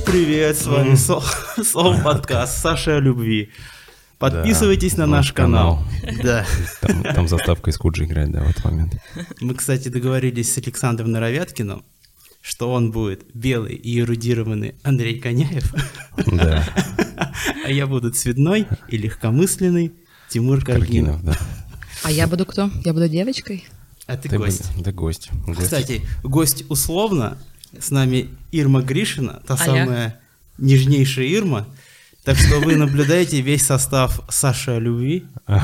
привет, с вами Сол подкаст Саша о любви. Подписывайтесь на наш канал. Да. Там заставка из Куджи играет, да, в этот момент. Мы, кстати, договорились с Александром Наровяткиным, что он будет белый и эрудированный Андрей Коняев, Да. а я буду цветной и легкомысленный Тимур Каргинов. Да. А я буду кто? Я буду девочкой? А ты гость. Да, гость. Кстати, гость условно. С нами Ирма Гришина, та Аля. самая нежнейшая Ирма. Так что вы наблюдаете весь состав Саши о любви.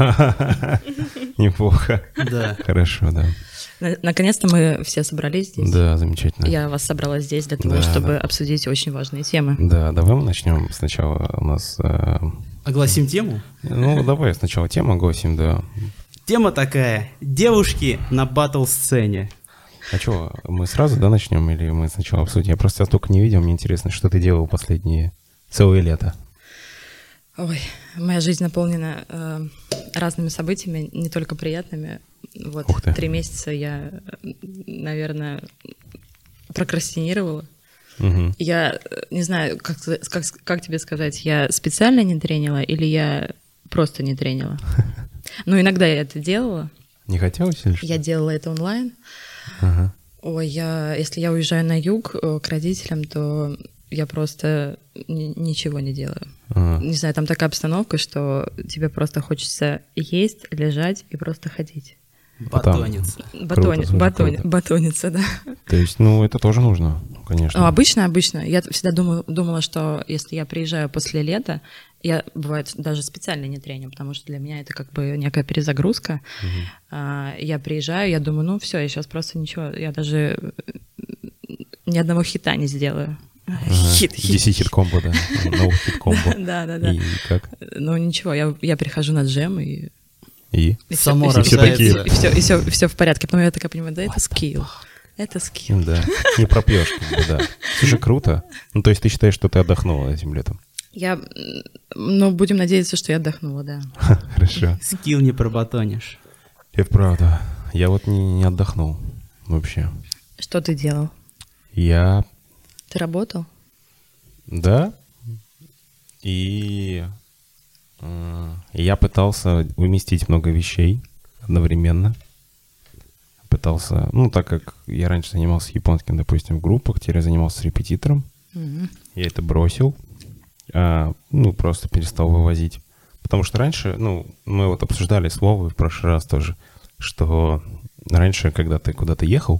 Неплохо. Да. Хорошо, да. Наконец-то мы все собрались здесь. Да, замечательно. Я вас собрала здесь для того, Да, чтобы да. обсудить очень важные темы. Да, давай мы начнем сначала у нас... Огласим тему. Ну, давай сначала тему огласим, да. Тема такая. Девушки на батл-сцене. А что, мы сразу, да, начнем или мы сначала обсудим? Я просто столько не видел, мне интересно, что ты делал последние целое лето. Ой, моя жизнь наполнена разными событиями, не только приятными. Вот Ух ты. 3 месяца я, наверное, прокрастинировала. Угу. Я не знаю, как тебе сказать, я специально не тренила или я просто не тренила. Ну, иногда я это делала. Не хотелось или что? Я делала это онлайн. Ага. Ой, если я уезжаю на юг к родителям, то я просто ничего не делаю. Ага. Не знаю, там такая обстановка, что тебе просто хочется есть, лежать и просто ходить. Батониться. Батониться, да. То есть, ну, это тоже нужно, конечно. Ну, обычно. Я всегда думала, что если я приезжаю после лета, я, бывает, даже специально не треню, потому что для меня это как бы некая перезагрузка. Я приезжаю, я думаю, ну все, я сейчас просто ничего, я даже ни одного хита не сделаю. DC-хит-комбо, да. Новый хит-комбо. Да. И как? Ну ничего, я прихожу на джем и... И? Само все такие. рождается. И все в порядке. Потом я такая понимаю, да, это скилл. Это скилл. Да, не пропьешь, как бы, да. Слушай, круто. Ну, то есть ты считаешь, что ты отдохнула этим летом? Ну, будем надеяться, что я отдохнула, да. Хорошо. Скилл не пробатонишь. Это правда. Я вот не отдохнул вообще. Что ты делал? Ты работал? Да. И я пытался уместить много вещей одновременно. Пытался, ну, так как я раньше занимался японским, допустим, в группах, теперь я занимался с репетитором. Я это бросил. Ну, просто перестал вывозить. Потому что раньше, ну, мы вот обсуждали слово в прошлый раз тоже, что раньше, когда ты куда-то ехал,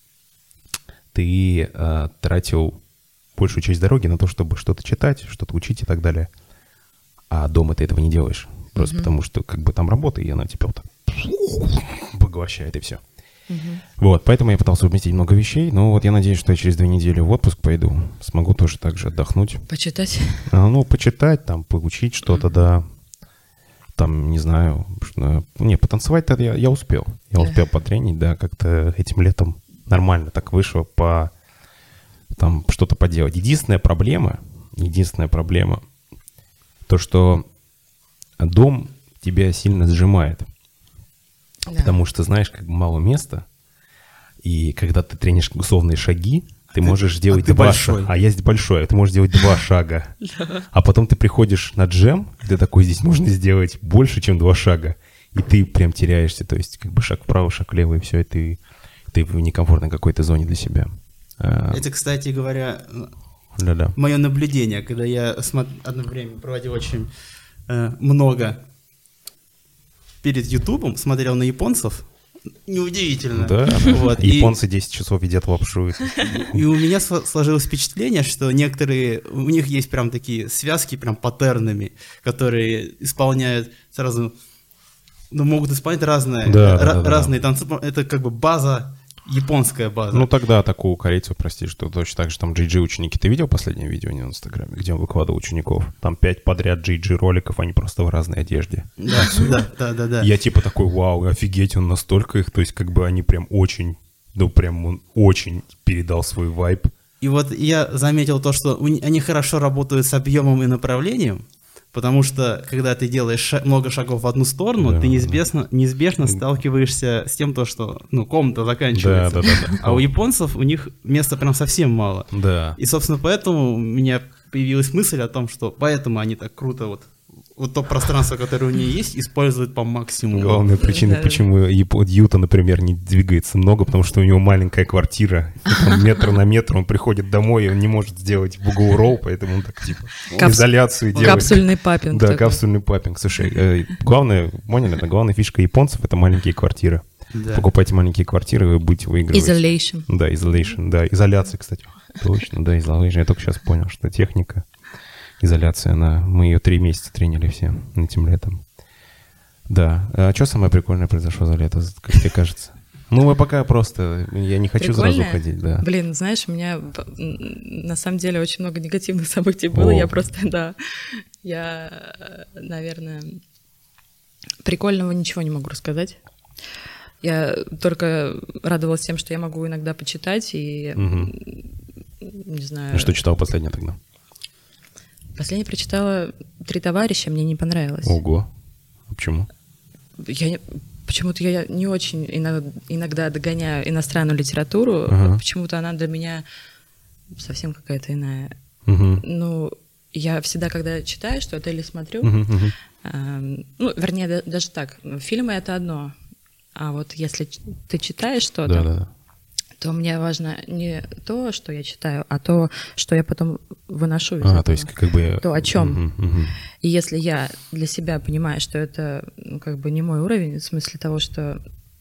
ты тратил большую часть дороги на то, чтобы что-то читать, что-то учить и так далее. А дома ты этого не делаешь. Просто потому что как бы там работа, и она тебя вот так поглощает, и все. Вот, поэтому я пытался вместить много вещей, но вот я надеюсь, что я через 2 недели в отпуск пойду, смогу тоже так же отдохнуть. Почитать? Ну, почитать, там, поучить что-то, да. Там, не знаю, не, потанцевать-то я успел. Я успел потренить, да, как-то этим летом нормально так вышло там что-то поделать. Единственная проблема, то, что дом тебя сильно сжимает. Да. Потому что, знаешь, как бы мало места, и когда ты тренишь условные шаги, ты можешь делать ты 2 большой. шага. А я здесь большой, а ты можешь делать 2 шага. А потом ты приходишь на джем, и ты такой, здесь можно сделать больше, чем 2 шага. И ты прям теряешься, то есть как бы шаг вправо, шаг влево, и все, и ты в некомфортной какой-то зоне для себя. Это, кстати говоря, Да-да. мое наблюдение, когда я одно время проводил очень много перед Ютубом, смотрел на японцев, неудивительно. Да, Вот, японцы 10 часов едят лапшу. И у меня сложилось впечатление, что некоторые, у них есть прям такие связки, прям паттернами, которые исполняют сразу, ну, могут исполнять разные танцы. Это как бы база, японская база. Ну, тогда такого корейцев, прости, что точно так же там GG ученики. Ты видел последнее видео у него в Инстаграме, где он выкладывал учеников? Там 5 подряд GG роликов, они просто в разной одежде. Да. Я типа такой, вау, офигеть, он настолько их, то есть как бы они прям очень, ну прям он очень передал свой вайб. И вот я заметил то, что они хорошо работают с объемом и направлением, потому что, когда ты делаешь много шагов в одну сторону, да, ты неизбежно сталкиваешься с тем, что, ну, комната заканчивается. Да. А у японцев, у них места прям совсем мало. Да. И, собственно, поэтому меня появилась мысль о том, что поэтому они так круто вот то пространство, которое у нее есть, используют по максимуму. Главная причина, почему Юта, например, не двигается много, потому что у него маленькая квартира, метр на метр, он приходит домой, и он не может сделать в углу роу, поэтому он так типа изоляцию делает. Капсульный папинг. Да, капсульный папинг. Слушай, главная фишка японцев — это маленькие квартиры. Да. Покупайте маленькие квартиры, вы будете выигрывать. Isolation. Да, isolation, да. Изоляция, кстати. Точно, да, isolation. Я только сейчас понял, что техника, изоляция, мы ее 3 месяца тренили все этим летом. Да. А что самое прикольное произошло за лето, как тебе кажется? Ну, мы пока просто... Я не хочу сразу ходить, да. Блин, знаешь, у меня на самом деле очень много негативных событий было. Я просто, да... Я, наверное... Прикольного ничего не могу рассказать. Я только радовалась тем, что я могу иногда почитать и... Не знаю... Что читала последнее тогда? Последнее прочитала «Три товарища», мне не понравилось. Ого. А почему? Почему-то я не очень иногда догоняю иностранную литературу. Почему-то она для меня совсем какая-то иная. Ну, я всегда, когда читаю что-то или смотрю... Ну, вернее, даже так. Фильмы — это одно. А вот если ты читаешь что-то... то мне важно не то, что я читаю, а то, что я потом выношу из этого. То есть как бы... То, о чем. И если я для себя понимаю, что это как бы не мой уровень, в смысле того, что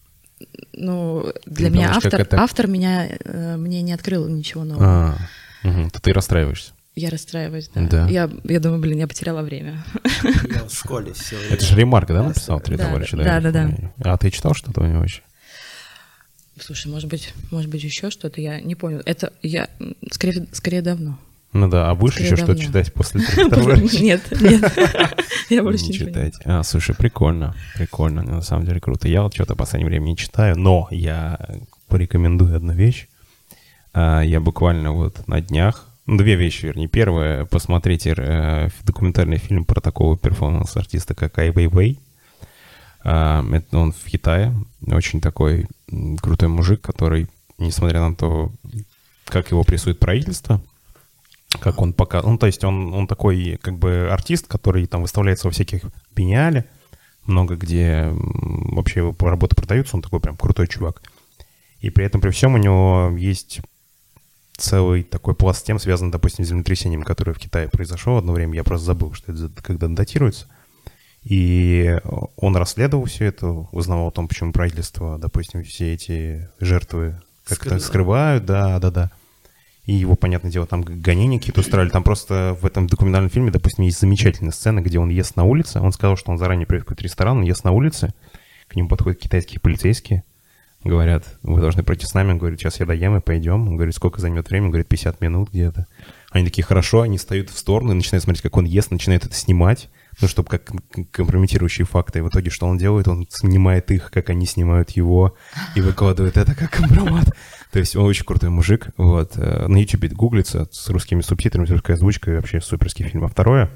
для меня автор мне не открыл ничего нового. То ты расстраиваешься. Я расстраиваюсь, да. Я думаю, я потеряла время. Я в школе все. Это же Ремарк, да, написал «Три товарища»? Да. А ты читал что-то у него вообще? Слушай, может быть, еще что-то, я не понял. Это я скорее давно. Ну да, а будешь еще что-то читать после «Трех товарищей»? Нет, я больше не читать. Слушай, прикольно, на самом деле круто. Я вот что-то в последнее время не читаю, но я порекомендую одну вещь. Я буквально вот на днях, 2 вещи, вернее. Первое, посмотрите документальный фильм про такого перформанс-артиста, как Ай Вейвей. Это он в Китае, очень такой крутой мужик, который, несмотря на то, как его прессует правительство, как он показывает, то есть он такой как бы артист, который там выставляется во всяких биеннале, много где вообще его работы продаются, он такой прям крутой чувак. И при этом, при всем, у него есть целый такой пласт тем, связан, допустим, с землетрясением, которое в Китае произошло одно время, я просто забыл, что это когда датируется. И он расследовал все это, узнавал о том, почему правительство, допустим, все эти жертвы как-то скрывают, да. И его, понятное дело, там гонения какие-то устраивали. Там просто в этом документальном фильме, допустим, есть замечательная сцена, где он ест на улице. Он сказал, что он заранее приедет в какой-то ресторан, он ест на улице. К нему подходят китайские полицейские, говорят, вы должны пройти с нами. Он говорит, сейчас я доем и пойдем. Он говорит, сколько займет время? Он говорит, 50 минут где-то. Они такие, хорошо, они встают в сторону и начинают смотреть, как он ест, начинают это снимать. Ну, чтобы как компрометирующие факты. И в итоге что он делает? Он снимает их, как они снимают его, и выкладывает это как компромат. То есть он очень крутой мужик. Вот. На YouTube гуглится с русскими субтитрами, с русской озвучкой. Вообще суперский фильм. А второе,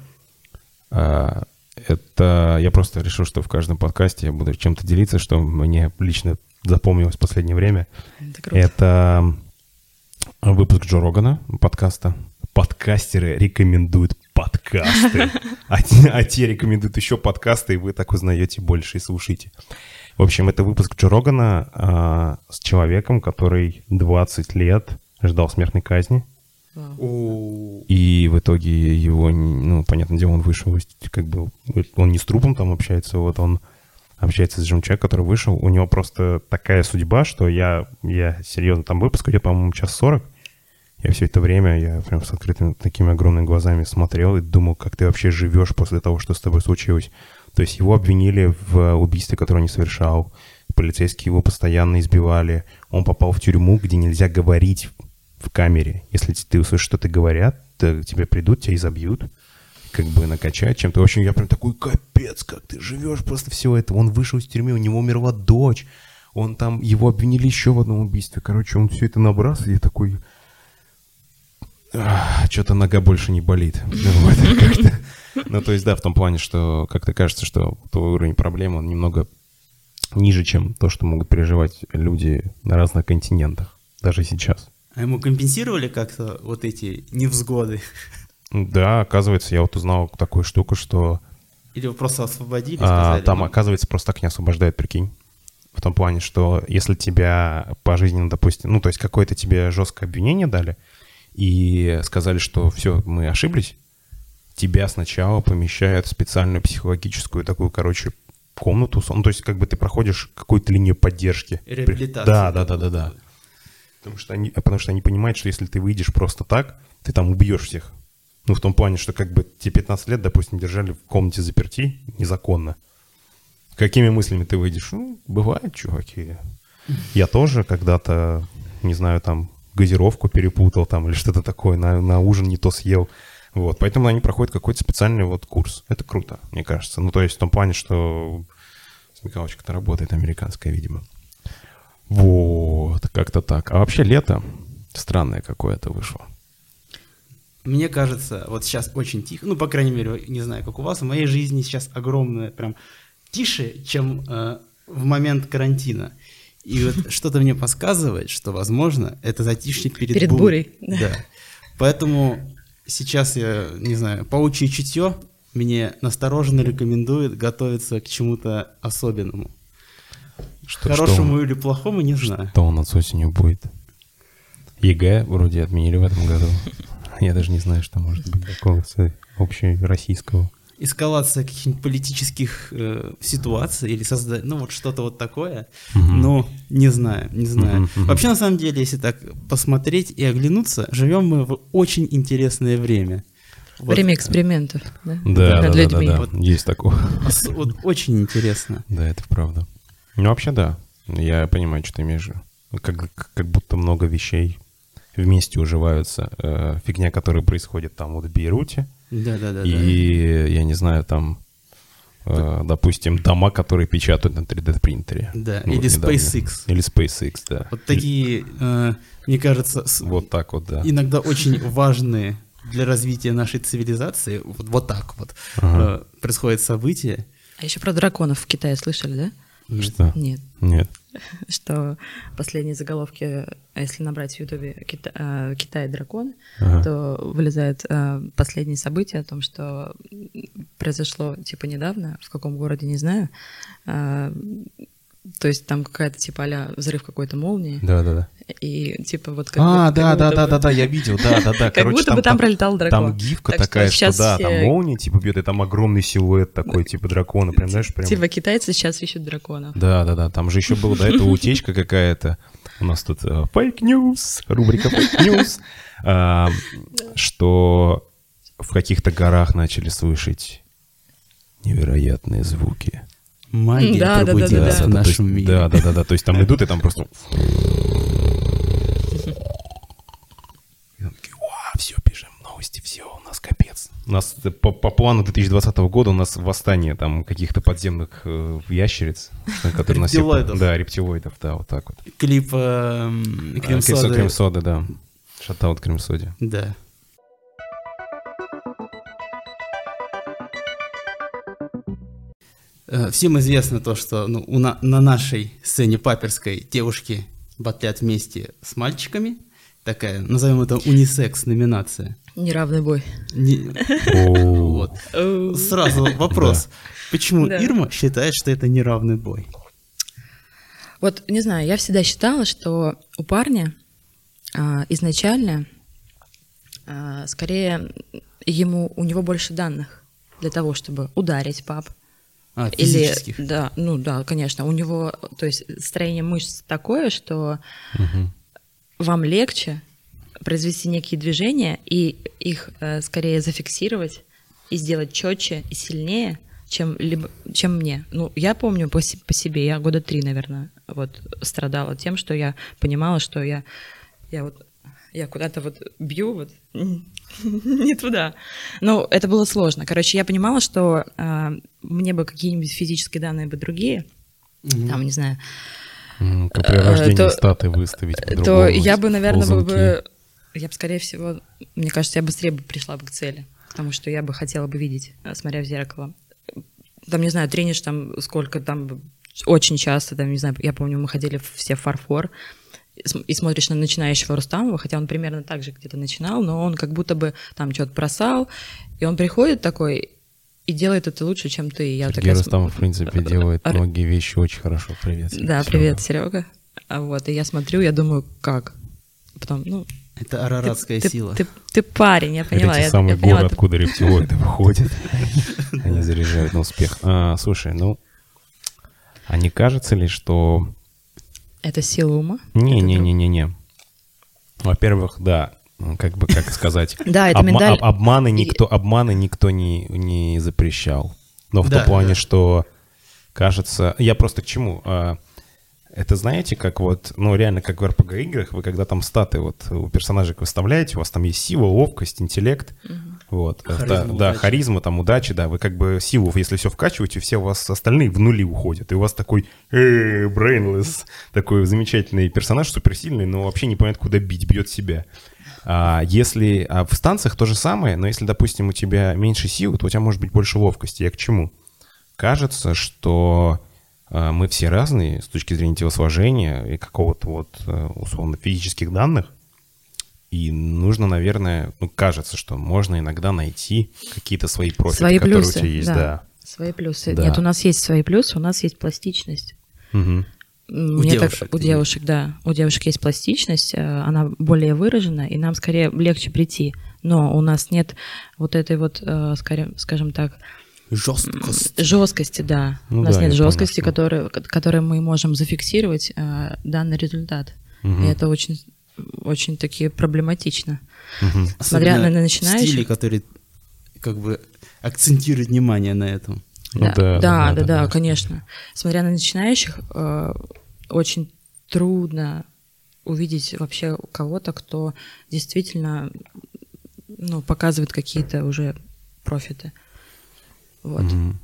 это я просто решил, что в каждом подкасте я буду чем-то делиться, что мне лично запомнилось в последнее время. Это выпуск Джо Рогана, подкаста. Подкастеры рекомендуют подкасты, а те рекомендуют еще подкасты, и вы так узнаете больше и слушаете. В общем, это выпуск Джо Рогана с человеком, который 20 лет ждал смертной казни. И в итоге его, ну, понятное дело, он вышел, как бы, он не с трупом там общается, вот он общается с человеком, который вышел. У него просто такая судьба, что я серьезно, там выпуск идет, по-моему, 1:40. Я все это время, я прям с открытыми такими огромными глазами смотрел и думал, как ты вообще живешь после того, что с тобой случилось. То есть его обвинили в убийстве, которое он не совершал. Полицейские его постоянно избивали. Он попал в тюрьму, где нельзя говорить в камере. Если ты услышишь, что-то говорят, то тебе придут, тебя изобьют, как бы накачать чем-то. В общем, я прям такой, капец, как ты живешь после всего этого. Он вышел из тюрьмы, у него умерла дочь. Он там, его обвинили еще в одном убийстве. Короче, он все это набрасывает, и я такой... что-то нога больше не болит. Ну, то есть, да, в том плане, что как-то кажется, что твой уровень проблем, он немного ниже, чем то, что могут переживать люди на разных континентах, даже сейчас. А ему компенсировали как-то вот эти невзгоды? Да, оказывается, я вот узнал такую штуку, что... Или вы просто освободили, сказали? Там, оказывается, просто так не освобождают, прикинь. В том плане, что если тебя пожизненно, допустим, ну, то есть какое-то тебе жесткое обвинение дали, и сказали, что все, мы ошиблись, тебя сначала помещают в специальную психологическую такую, короче, комнату. Ну, то есть как бы ты проходишь какую-то линию поддержки. Реабилитация. Да. Потому что они понимают, что если ты выйдешь просто так, ты там убьешь всех. Ну, в том плане, что как бы тебе 15 лет, допустим, держали в комнате заперти незаконно. Какими мыслями ты выйдешь? Ну, бывает, чуваки. Я тоже когда-то, не знаю, там, газировку перепутал там или что-то такое, на ужин не то съел. Вот, поэтому они проходят какой-то специальный вот курс. Это круто, мне кажется. Ну, то есть в том плане, что смекалочка-то работает американская, видимо. Вот, как-то так. А вообще лето странное какое-то вышло. Мне кажется, вот сейчас очень тихо, ну, по крайней мере, не знаю, как у вас, в моей жизни сейчас огромное, прям тише, чем в момент карантина. И вот что-то мне подсказывает, что, возможно, это затишье перед бурей. Да. Поэтому сейчас я, не знаю, паучье чутье мне настороженно рекомендует готовиться к чему-то особенному. Хорошему или плохому, не знаю. Что у нас осенью будет? ЕГЭ вроде отменили в этом году. Я даже не знаю, что может быть такого общероссийского. Эскалация каких-нибудь политических ситуаций или создать, ну вот что-то вот такое, но не знаю. Вообще, на самом деле, если так посмотреть и оглянуться, живем мы в очень интересное время. Вот. Время экспериментов, да? Над людьми. Да. Вот. Есть такое. Вот очень интересно. Да, это правда. Ну, вообще, да. Я понимаю, что ты имеешь в виду. Как будто много вещей вместе уживаются. Фигня, которая происходит там вот в Бейруте. Да. И, я не знаю, там, допустим, дома, которые печатают на 3D-принтере. Да, или SpaceX. Или SpaceX, да. Вот такие, мне кажется, вот так вот, да. Иногда очень важные для развития нашей цивилизации. Вот так вот происходят события. А еще про драконов в Китае слышали, да? Что? Нет. Что последние заголовки, если набрать в Ютубе «Китай дракон», то вылезает последние события о том, что произошло типа недавно, в каком городе, не знаю. То есть там какая-то типа а-ля взрыв какой-то молнии. Да. И типа вот как да, я видел, да. Как будто бы там пролетал дракон. Там гифка такая, что да, там молния типа бьет, и там огромный силуэт такой, типа дракона, прям, знаешь, прям... Типа китайцы сейчас ищут драконов. Да, там же еще была до этого утечка какая-то. У нас тут fake news, рубрика fake news, что в каких-то горах начали слышать невероятные звуки. Магия пробудилась в нашем мире. Да. То есть там идут, и там просто... Все, пишем новости, все, у нас капец. У нас по плану 2020 года у нас восстание там каких-то подземных ящериц. Рептилоидов. Да, рептилоидов, да, вот так вот. Клип Крем-соды. Крем-соды, да. Шатаут Крем-соде. Да. Всем известно то, что на нашей сцене паперской девушки батлят вместе с мальчиками. Такая, назовем это унисекс-номинация. Неравный бой. Вот. Сразу вопрос. Почему Ирма считает, что это неравный бой? Вот, не знаю, я всегда считала, что у парня изначально скорее у него больше данных для того, чтобы ударить пап. Физических? Или, да, конечно. У него, то есть, строение мышц такое, что вам легче произвести некие движения и их скорее зафиксировать и сделать четче и сильнее, чем мне. Ну, я помню по себе, я года 3, наверное, вот страдала тем, что я понимала, что я куда-то вот бью вот не туда. Но это было сложно. Короче, я понимала, что мне бы какие-нибудь физические данные бы другие, там, не знаю... Как при рождении статы выставить по-другому. То я бы, наверное, я бы, скорее всего, мне кажется, я быстрее бы пришла бы к цели, потому что я бы хотела бы видеть, смотря в зеркало. Там, не знаю, тренишь там сколько там, очень часто, там, не знаю, я помню, мы ходили все в фарфор, и смотришь на начинающего Рустамова, хотя он примерно так же где-то начинал, но он как будто бы там что-то бросал, и он приходит такой и делает это лучше, чем ты. Сергей Рустамов, в принципе, делает многие вещи очень хорошо. Привет, Серега. Да, привет, Серега. Вот, и я смотрю, я думаю, как? Потом, это араратская сила. Ты парень, я поняла. Это те самые горы, откуда рептилоиды выходят. Они заряжают на успех. Слушай, а не кажется ли, что... Это сила ума? Не. Во-первых, да, как сказать... Да, это миндаль. Обманы никто не запрещал. Но в том плане, что кажется... Я просто к чему... Это знаете, как реально, как в RPG-играх, вы когда там статы у персонажей выставляете, у вас там есть сила, ловкость, интеллект, харизма, там, удача, да, вы как бы силу, если все вкачиваете, все у вас остальные в нули уходят, и у вас такой brainless, такой замечательный персонаж, суперсильный, но вообще не понимает, куда бьет себя. А в станциях то же самое, но если, допустим, у тебя меньше силы, то у тебя может быть больше ловкости. Я к чему? Кажется, что... мы все разные с точки зрения телосложения и какого-то условно физических данных. И нужно, наверное, кажется, что можно иногда найти какие-то свои профиты, которые у тебя есть. Да. Свои плюсы. Да. Нет, у нас есть свои плюсы, у нас есть пластичность. Угу. У девушек, да. У девушек есть пластичность, она более выражена, и нам скорее легче прийти. Но у нас нет вот этой скажем так, жесткости, да. У нас нет жесткости, которой мы можем зафиксировать данный результат. И это очень, очень таки проблематично. Смотря на начинающих... Стили, которые как бы акцентируют внимание на этом. Да, конечно. Смотря на начинающих, очень трудно увидеть вообще кого-то, кто действительно показывает какие-то уже профиты. Вот.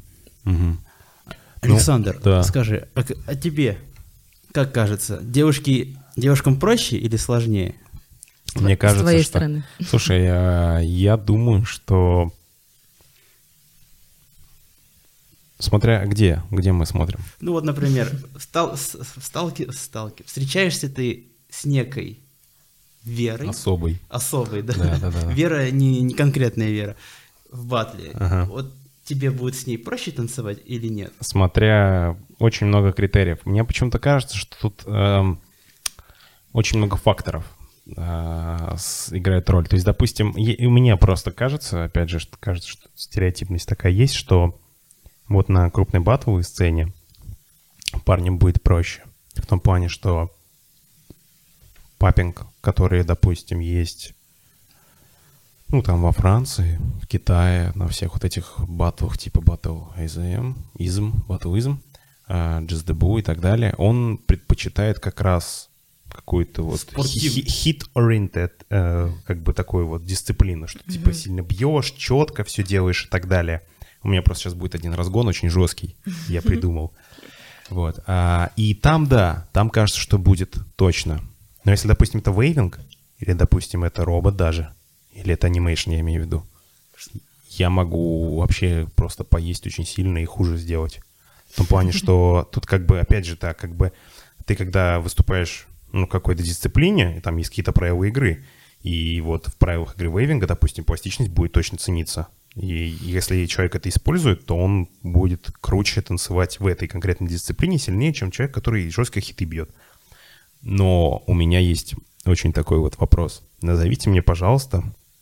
Александр, скажи, а тебе, как кажется, девушкам проще или сложнее? Мне кажется, с твоей стороны. Слушай, я думаю, что... Смотря где мы смотрим. Например, встречаешься ты с некой Верой. Особой, да. Вера не конкретная Вера в батле. Вот тебе будет с ней проще танцевать или нет? Смотря очень много критериев. Мне почему-то кажется, что тут очень много факторов играет роль. То есть, допустим, мне просто кажется, опять же, что стереотипность такая есть, что вот на крупной батловой сцене парням будет проще. В том плане, что паппинг, который, допустим, есть там во Франции, в Китае, на всех вот этих батлах типа Battle.ism, Battle.ism, Just Debut и так далее, он предпочитает как раз какую-то hit-oriented, как бы такую дисциплину, что типа сильно бьешь, четко все делаешь и так далее. У меня просто сейчас будет один разгон очень жесткий, я придумал. Вот. И там кажется, что будет точно. Но если, допустим, это вейвинг, или, допустим, это робот даже, или это анимейшн, я имею в виду, я могу вообще просто поесть очень сильно и хуже сделать. В том плане, что тут как бы, опять же, так, как бы ты когда выступаешь в какой-то дисциплине, и там есть какие-то правила игры, и вот в правилах игры вейвинга, допустим, пластичность будет точно цениться. И если человек это использует, то он будет круче танцевать в этой конкретной дисциплине сильнее, чем человек, который жестко хиты бьет. Но у меня есть очень такой вопрос. Назовите мне, пожалуйста,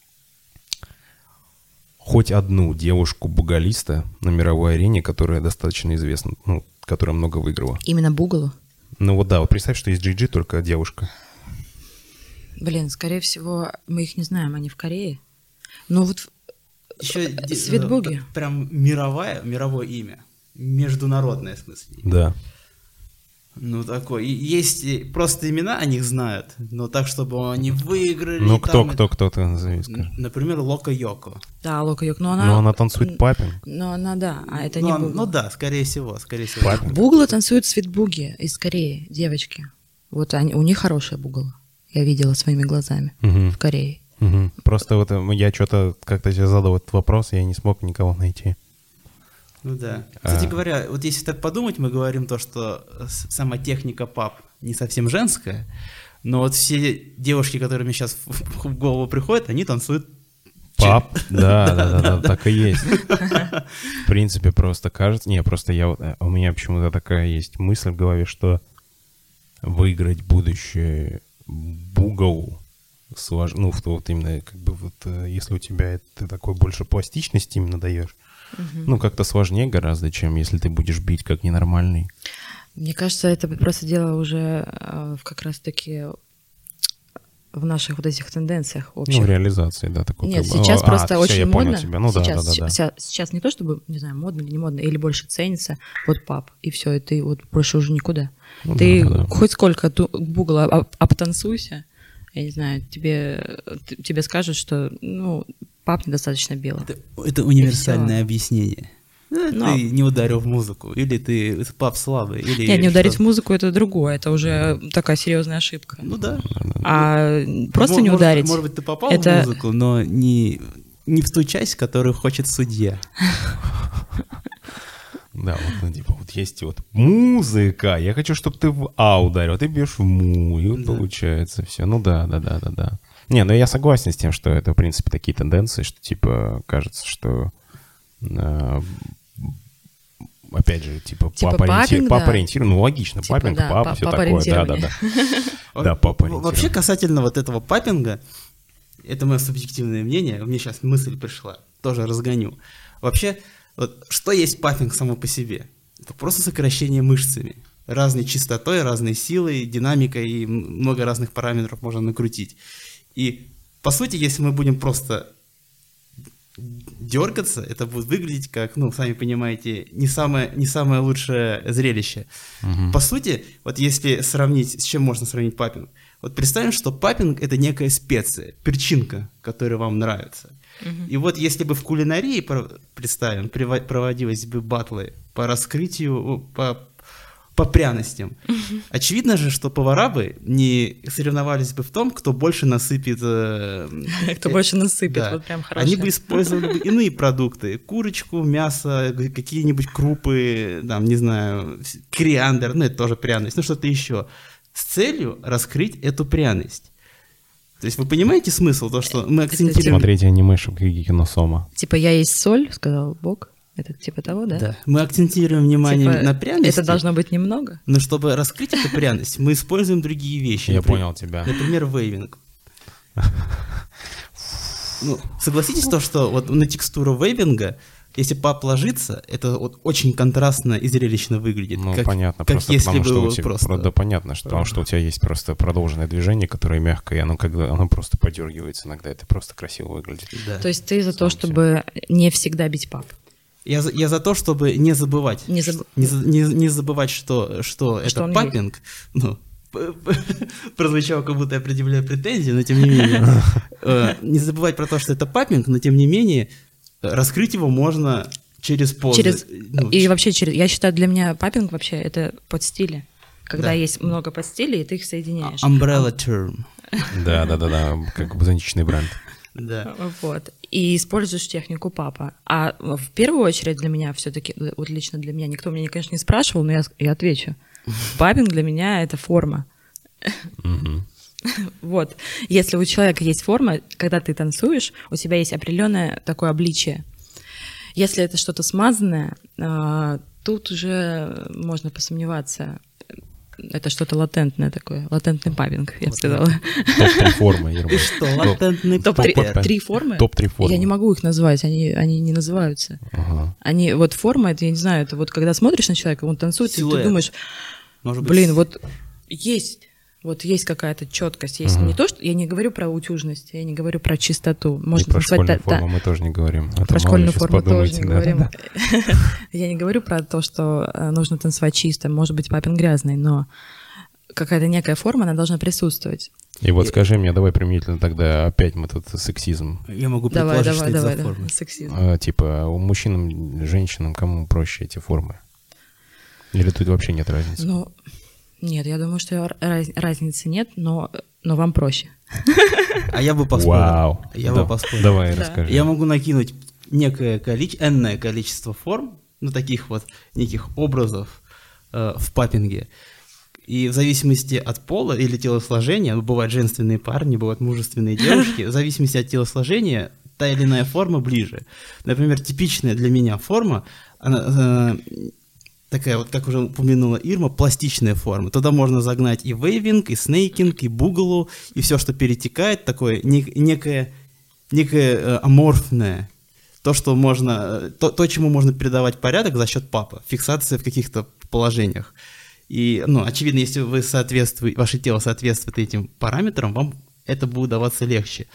хоть одну девушку-бугалиста на мировой арене, которая достаточно известна, которая много выиграла. Именно бугалу? Представь, что есть GG, только девушка. Блин, скорее всего, мы их не знаем, они в Корее. Еще Светбуги. Прям мировое имя. Международное, в смысле. Да. Такое. Есть просто имена, о них знают, но так, чтобы они выиграли. Кто ты назови, скажи. Например, Лока Йоко. Да, Лока Йоко. Но она танцует паппинг. А это не бугла. Да, скорее всего. Бугла танцуют светбуги из Кореи, девочки. Вот у них хорошая бугла. Я видела своими глазами в Корее. Просто я что-то как-то тебе задал этот вопрос, я не смог никого найти. Кстати говоря, если так подумать, мы говорим то, что сама техника пап не совсем женская, Но вот все девушки, которые мне сейчас в голову приходят, они танцуют пап. Да, так и есть. В принципе, просто кажется... Не, просто у меня почему-то такая есть мысль в голове, что выиграть будущее бугл сложно. Ну, вот именно, как бы вот, если у тебя ты такой больше пластичности именно даешь, ну, как-то сложнее гораздо, чем если ты будешь бить как ненормальный. Мне кажется, это просто дело уже как раз-таки в наших вот этих тенденциях общих. Ну, реализации, да, такой. Нет, сейчас просто очень я модно. Понял тебя. Ну, сейчас не то, чтобы, не знаю, модно или не модно, или больше ценится, вот пап, и все, и ты вот больше уже никуда. Ну, ты хоть сколько бугла обтанцуйся, я не знаю, тебе скажут, что, ну, пап недостаточно белый. Это универсальное объяснение. Ты не ударил в музыку, или ты пап слабый, или... Нет, не ударить в музыку — это другое, это уже такая серьезная ошибка. Ну да. А просто не ударить... Может быть, ты попал в музыку, но не в ту часть, которую хочет судья. Да, вот, ну, типа, вот есть вот музыка, я хочу, чтобы ты в А ударил, ты бьешь в му, и вот получается все. Ну да. Не, ну я согласен с тем, что это, в принципе, такие тенденции, что, типа, кажется, что... Опять же, типа папа ориентирован, ну логично, типа, папинг, да, папа, все такое, да. Да, папа ориентирован. Вообще, касательно вот этого папинга, это мое субъективное мнение, мне сейчас мысль пришла, тоже разгоню. Вообще, вот, что есть папинг само по себе? Это просто сокращение мышцами. Разной частотой, разной силой, динамикой, и много разных параметров можно накрутить. И, по сути, если мы будем просто дергаться, это будет выглядеть как, ну, сами понимаете, не самое лучшее зрелище. По сути, вот если сравнить, с чем можно сравнить папинг? Вот представим, что папинг — это некая специя, перчинка, которая вам нравится. И вот если бы в кулинарии, представим, проводились бы батлы по раскрытию, по пряностям. Очевидно же, что повара бы не соревновались бы в том, кто больше насыпет... Кто больше насыпет, да. Вот прям хорошо. Они бы использовали бы иные продукты. Курочку, мясо, какие-нибудь крупы, там, не знаю, кориандр, ну это тоже пряность, ну что-то еще. С целью раскрыть эту пряность. То есть вы понимаете смысл? То, что мы акцентируем... Смотрите анимешн кино Сома. Типа «я есть соль», сказал Бог. Это типа того, да? Да. Мы акцентируем внимание типа, на пряности. Это должно быть немного. Но чтобы раскрыть эту пряность, мы используем другие вещи. Я понял тебя. Например, вейвинг. Ну, согласитесь, то, что вот на текстуру вейвинга, если пап ложится, это вот очень контрастно и зрелищно выглядит. Ну, как, понятно, как просто если потому, что бы у тебя, просто... Да, понятно, что, потому что у тебя есть просто продолженное движение, которое мягкое, и оно просто подергивается иногда, это просто красиво выглядит. Да. То есть ты за то, чтобы не всегда бить пап? Я за то, чтобы не забывать. Не забывать, что это папинг. Ну, прозвучало, как будто я предъявляю претензии, но тем не менее. Не забывать про то, что это папинг, но тем не менее раскрыть его можно через позы. И вообще, я считаю, для меня папинг вообще это подстили. Когда есть много подстилей, и ты их соединяешь. Umbrella term. Да, как бутоничный бренд. Да. Вот. И используешь технику папа. А в первую очередь для меня все-таки, вот лично для меня, никто меня, конечно, не спрашивал, но я отвечу. Папинг для меня — это форма. Вот. Если у человека есть форма, когда ты танцуешь, у тебя есть определенное такое обличие. Если это что-то смазанное, тут уже можно посомневаться. Это что-то латентное такое, латентный папинг, я бы сказала. Топ-3 формы, Ерма. Ты что, латентный Топ-3 формы? Топ-3 формы. Я не могу их назвать, они не называются. Они, вот форма, это, я не знаю, это вот когда смотришь на человека, он танцует, и ты думаешь, блин, вот есть какая-то четкость, есть не то, что я не говорю про утюжность, я не говорю про чистоту. Можно про школьную форму мы тоже не говорим. Про школьную форму тоже не говорим. Я не говорю про то, что нужно танцевать чисто, может быть, папин грязный, но какая-то некая форма, она должна присутствовать. И вот скажи мне, давай применительно тогда опять мы тут сексизм. Я могу предположить, что это за форма. Сексизм. Типа у мужчинам, женщинам, кому проще эти формы? Или тут вообще нет разницы? Ну, нет, я думаю, что разницы нет, но вам проще. А я бы поспорил. Вау. Давай, расскажи. Я могу накинуть энное количество форм, ну, таких вот неких образов в папинге. И в зависимости от пола или телосложения, бывают женственные парни, бывают мужественные девушки, в зависимости от телосложения та или иная форма ближе. Например, типичная для меня форма, она такая вот, как уже упомянула Ирма, пластичная форма. Туда можно загнать и вейвинг, и снейкинг, и бугалу, и все, что перетекает, такое некое аморфное. То, что можно, то, чему можно передавать порядок за счет папа, фиксация в каких-то положениях. И, очевидно, если ваше тело соответствует этим параметрам, вам это будет даваться легче.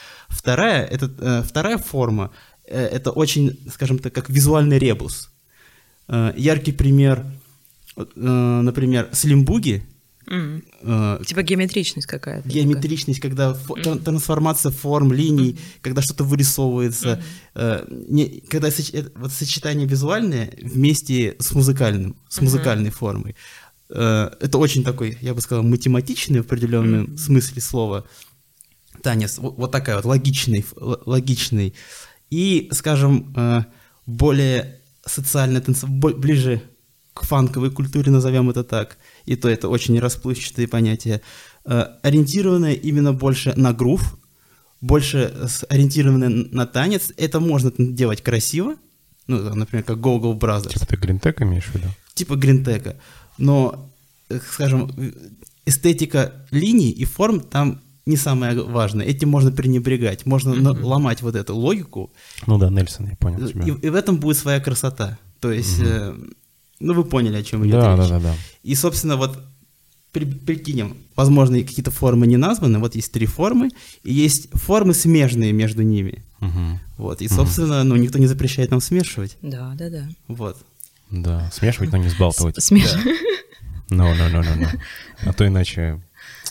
Вторая форма, это очень, скажем так, как визуальный ребус. Яркий пример, например, слимбуги. Типа геометричность какая-то. Геометричность, когда трансформация форм, линий, когда что-то вырисовывается. Когда сочетание визуальное вместе с музыкальной формой. Это очень такой, я бы сказал, математичный в определенном смысле слова танец. Вот такая вот логичный. И, скажем, более социально ближе к фанковой культуре, назовем это так, и то это очень расплывчатые понятия, ориентированное именно больше на грув, больше ориентированное на танец. Это можно делать красиво, например, как Go-Go Brothers. Типа ты гринтека имеешь в виду? Типа гринтека. Но, скажем, эстетика линий и форм там не самое важное. Этим можно пренебрегать. Можно ломать вот эту логику. Нельсон, я понял тебя. И в этом будет своя красота. То есть, вы поняли, о чем идет речь. Да. И, собственно, вот прикинем, возможно, какие-то формы не названы. Вот есть 3 формы, и есть формы смежные между ними. Вот. И, собственно, никто не запрещает нам смешивать. Да. Вот. Да, смешивать, но не сбалтывать. Смешивать. No. А то иначе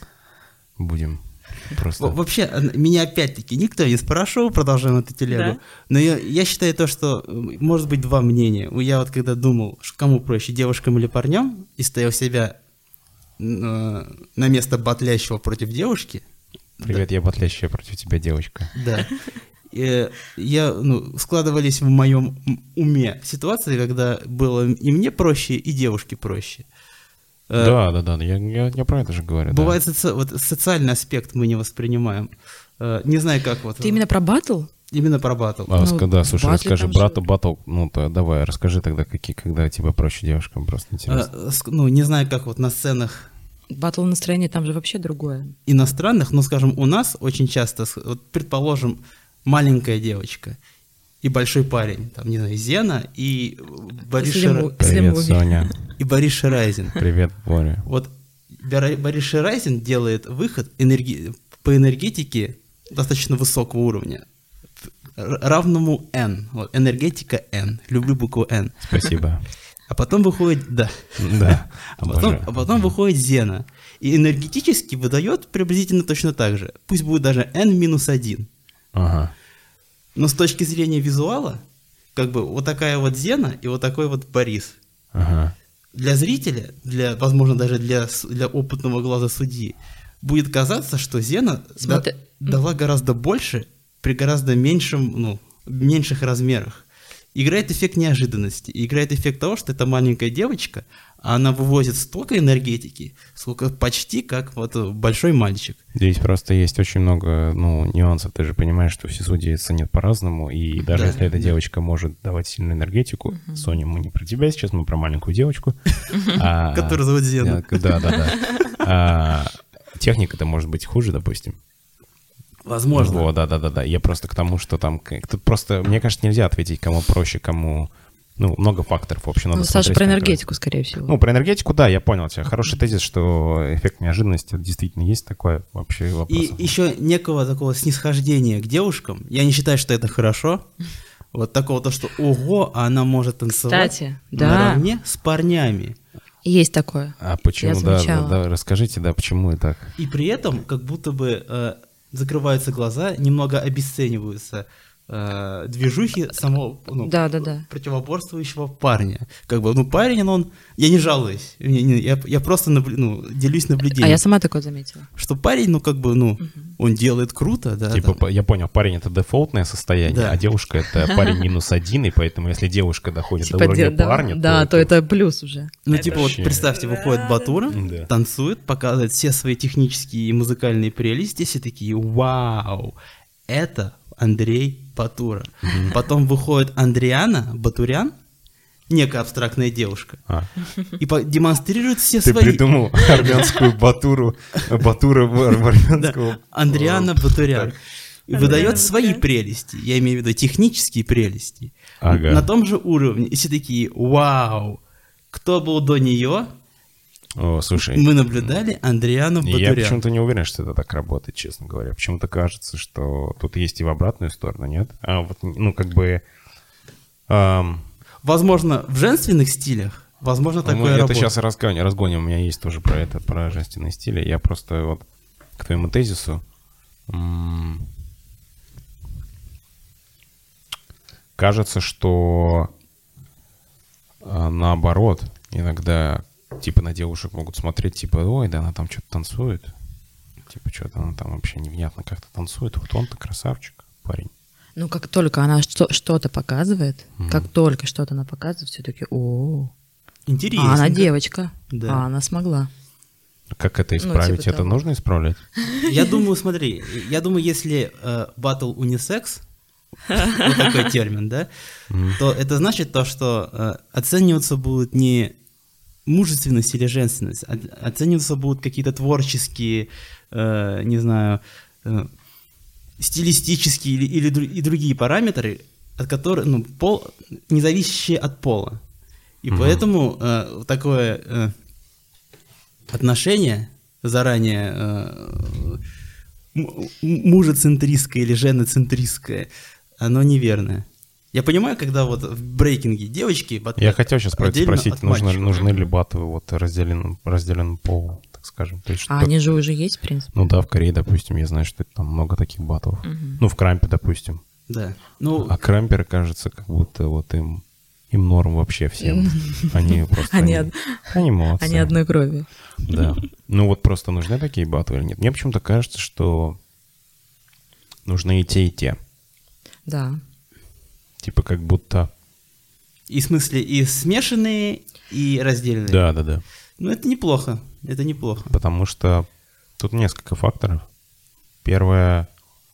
будем просто... Вообще, меня опять-таки никто не спрашивал, продолжаем эту телегу, да? Но я считаю то, что может быть 2 мнения. Я вот когда думал, кому проще, девушкам или парням, и ставил себя на место батлящего против девушки. Привет, я батлящая против тебя, девочка. Да. Складывались в моем уме ситуации, когда было и мне проще, и девушке проще. Да, я про это же говорю. Бывает, социальный аспект мы не воспринимаем. Не знаю, как вот... Ты именно про батл? Именно про батл. Слушай, расскажи, батл, давай, расскажи тогда, когда тебе проще девушкам, просто интересно. Не знаю, как вот на сценах... Батл настроение там же вообще другое. Иностранных, скажем, у нас очень часто, предположим, маленькая девочка и большой парень, там, не знаю, Зена и Борис Ширайзен. Привет, Соня. И Борис Ширайзен. Привет, Боря. Вот Борис Ширайзен делает выход по энергетике достаточно высокого уровня, равному N. Вот, энергетика N. Люблю букву N. Спасибо. А потом выходит... Да. А потом выходит Зена. И энергетически выдает приблизительно точно так же. Пусть будет даже N-1. Ага. Но с точки зрения визуала, как бы вот такая вот Зена и вот такой вот Борис. Ага. Для зрителя, возможно, даже для опытного глаза судьи, будет казаться, что Зена дала гораздо больше при гораздо меньших размерах. Играет эффект неожиданности, играет эффект того, что это маленькая девочка, а она вывозит столько энергетики, сколько почти как вот большой мальчик. Здесь просто есть очень много нюансов. Ты же понимаешь, что все судьи ценят по-разному, и даже если эта девочка может давать сильную энергетику, Соня, мы не про тебя сейчас, мы про маленькую девочку. Которую зовут Зена. Да. Техника-то может быть хуже, допустим. Возможно. Да. Я просто к тому, что там... Тут просто, мне кажется, нельзя ответить, кому проще, кому... много факторов, в общем. Саша, про энергетику, скорее всего. Про энергетику, да, я понял тебя. Хороший тезис, что эффект неожиданности действительно есть такое вообще вопрос. И еще некого такого снисхождения к девушкам. Я не считаю, что это хорошо. Вот такого то, что ого, она может танцевать. Кстати, наравне с парнями. Есть такое. А почему? Да, расскажите, почему и так. И при этом как будто бы... закрываются глаза, немного обесцениваются движухи самого да. противоборствующего парня. Как бы, парень, я не жалуюсь, я просто делюсь наблюдением. А я сама такое заметила. Что парень, он делает круто, да. Типа, я понял, парень — это дефолтное состояние, да. А девушка — это парень -1, и поэтому если девушка доходит до уровня парня, то это плюс уже. Представьте, выходит Батура, танцует, показывает все свои технические и музыкальные прелести, все такие: вау, это Андрей Батура. Потом выходит Андриана Батурян, некая абстрактная девушка, и демонстрирует все свои... Ты придумал армянскую Батуру армянского... Андриана Батурян. И выдает свои прелести, я имею в виду технические прелести, на том же уровне. И все такие: вау, кто был до нее? О, слушай, мы наблюдали Андриану Батурян. Я почему-то не уверен, что это так работает, честно говоря. Почему-то кажется, что тут есть и в обратную сторону, нет? Возможно, в женственных стилях, возможно, такое работает. Это сейчас разгоним. У меня есть тоже про женственные стили. Я просто к твоему тезису... Кажется, что наоборот, иногда типа на девушек могут смотреть, типа: ой, да она там что-то танцует. Типа, что-то она там вообще невнятно как-то танцует. Вот он-то красавчик, парень. Как только она что-то показывает, как только что-то она показывает, все таки: о, интересно. Она девочка, да. Она смогла. Как это исправить? Это нужно исправлять? Я думаю, смотри, если батл унисекс, вот такой термин, да, то это значит то, что оцениваться будут не мужественность или женственность, оцениваться будут какие-то творческие, не знаю, стилистические и другие параметры, от которых, не зависящие от пола. И поэтому такое отношение заранее мужецентристское или женоцентристское, оно неверное. Я понимаю, когда в брейкинге девочки... Я хотел сейчас спросить, нужны ли батлы разделенным полом, так скажем. То есть, они же уже есть, в принципе. В Корее, допустим, я знаю, что там много таких батлов. В Крампе, допустим. Да. А крамперы, кажется, как будто им норм вообще всем. Они просто... Они молодцы. Они одной крови. Да. Просто нужны такие батлы или нет? Мне почему-то кажется, что нужны и те. Да. Типа как будто... И в смысле и смешанные, и раздельные. Да. Это неплохо. Это неплохо. Потому что тут несколько факторов. Первое...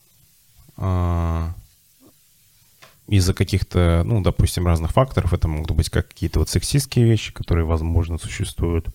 из-за каких-то, допустим, разных факторов, это могут быть как какие-то сексистские вещи, которые, возможно, существуют,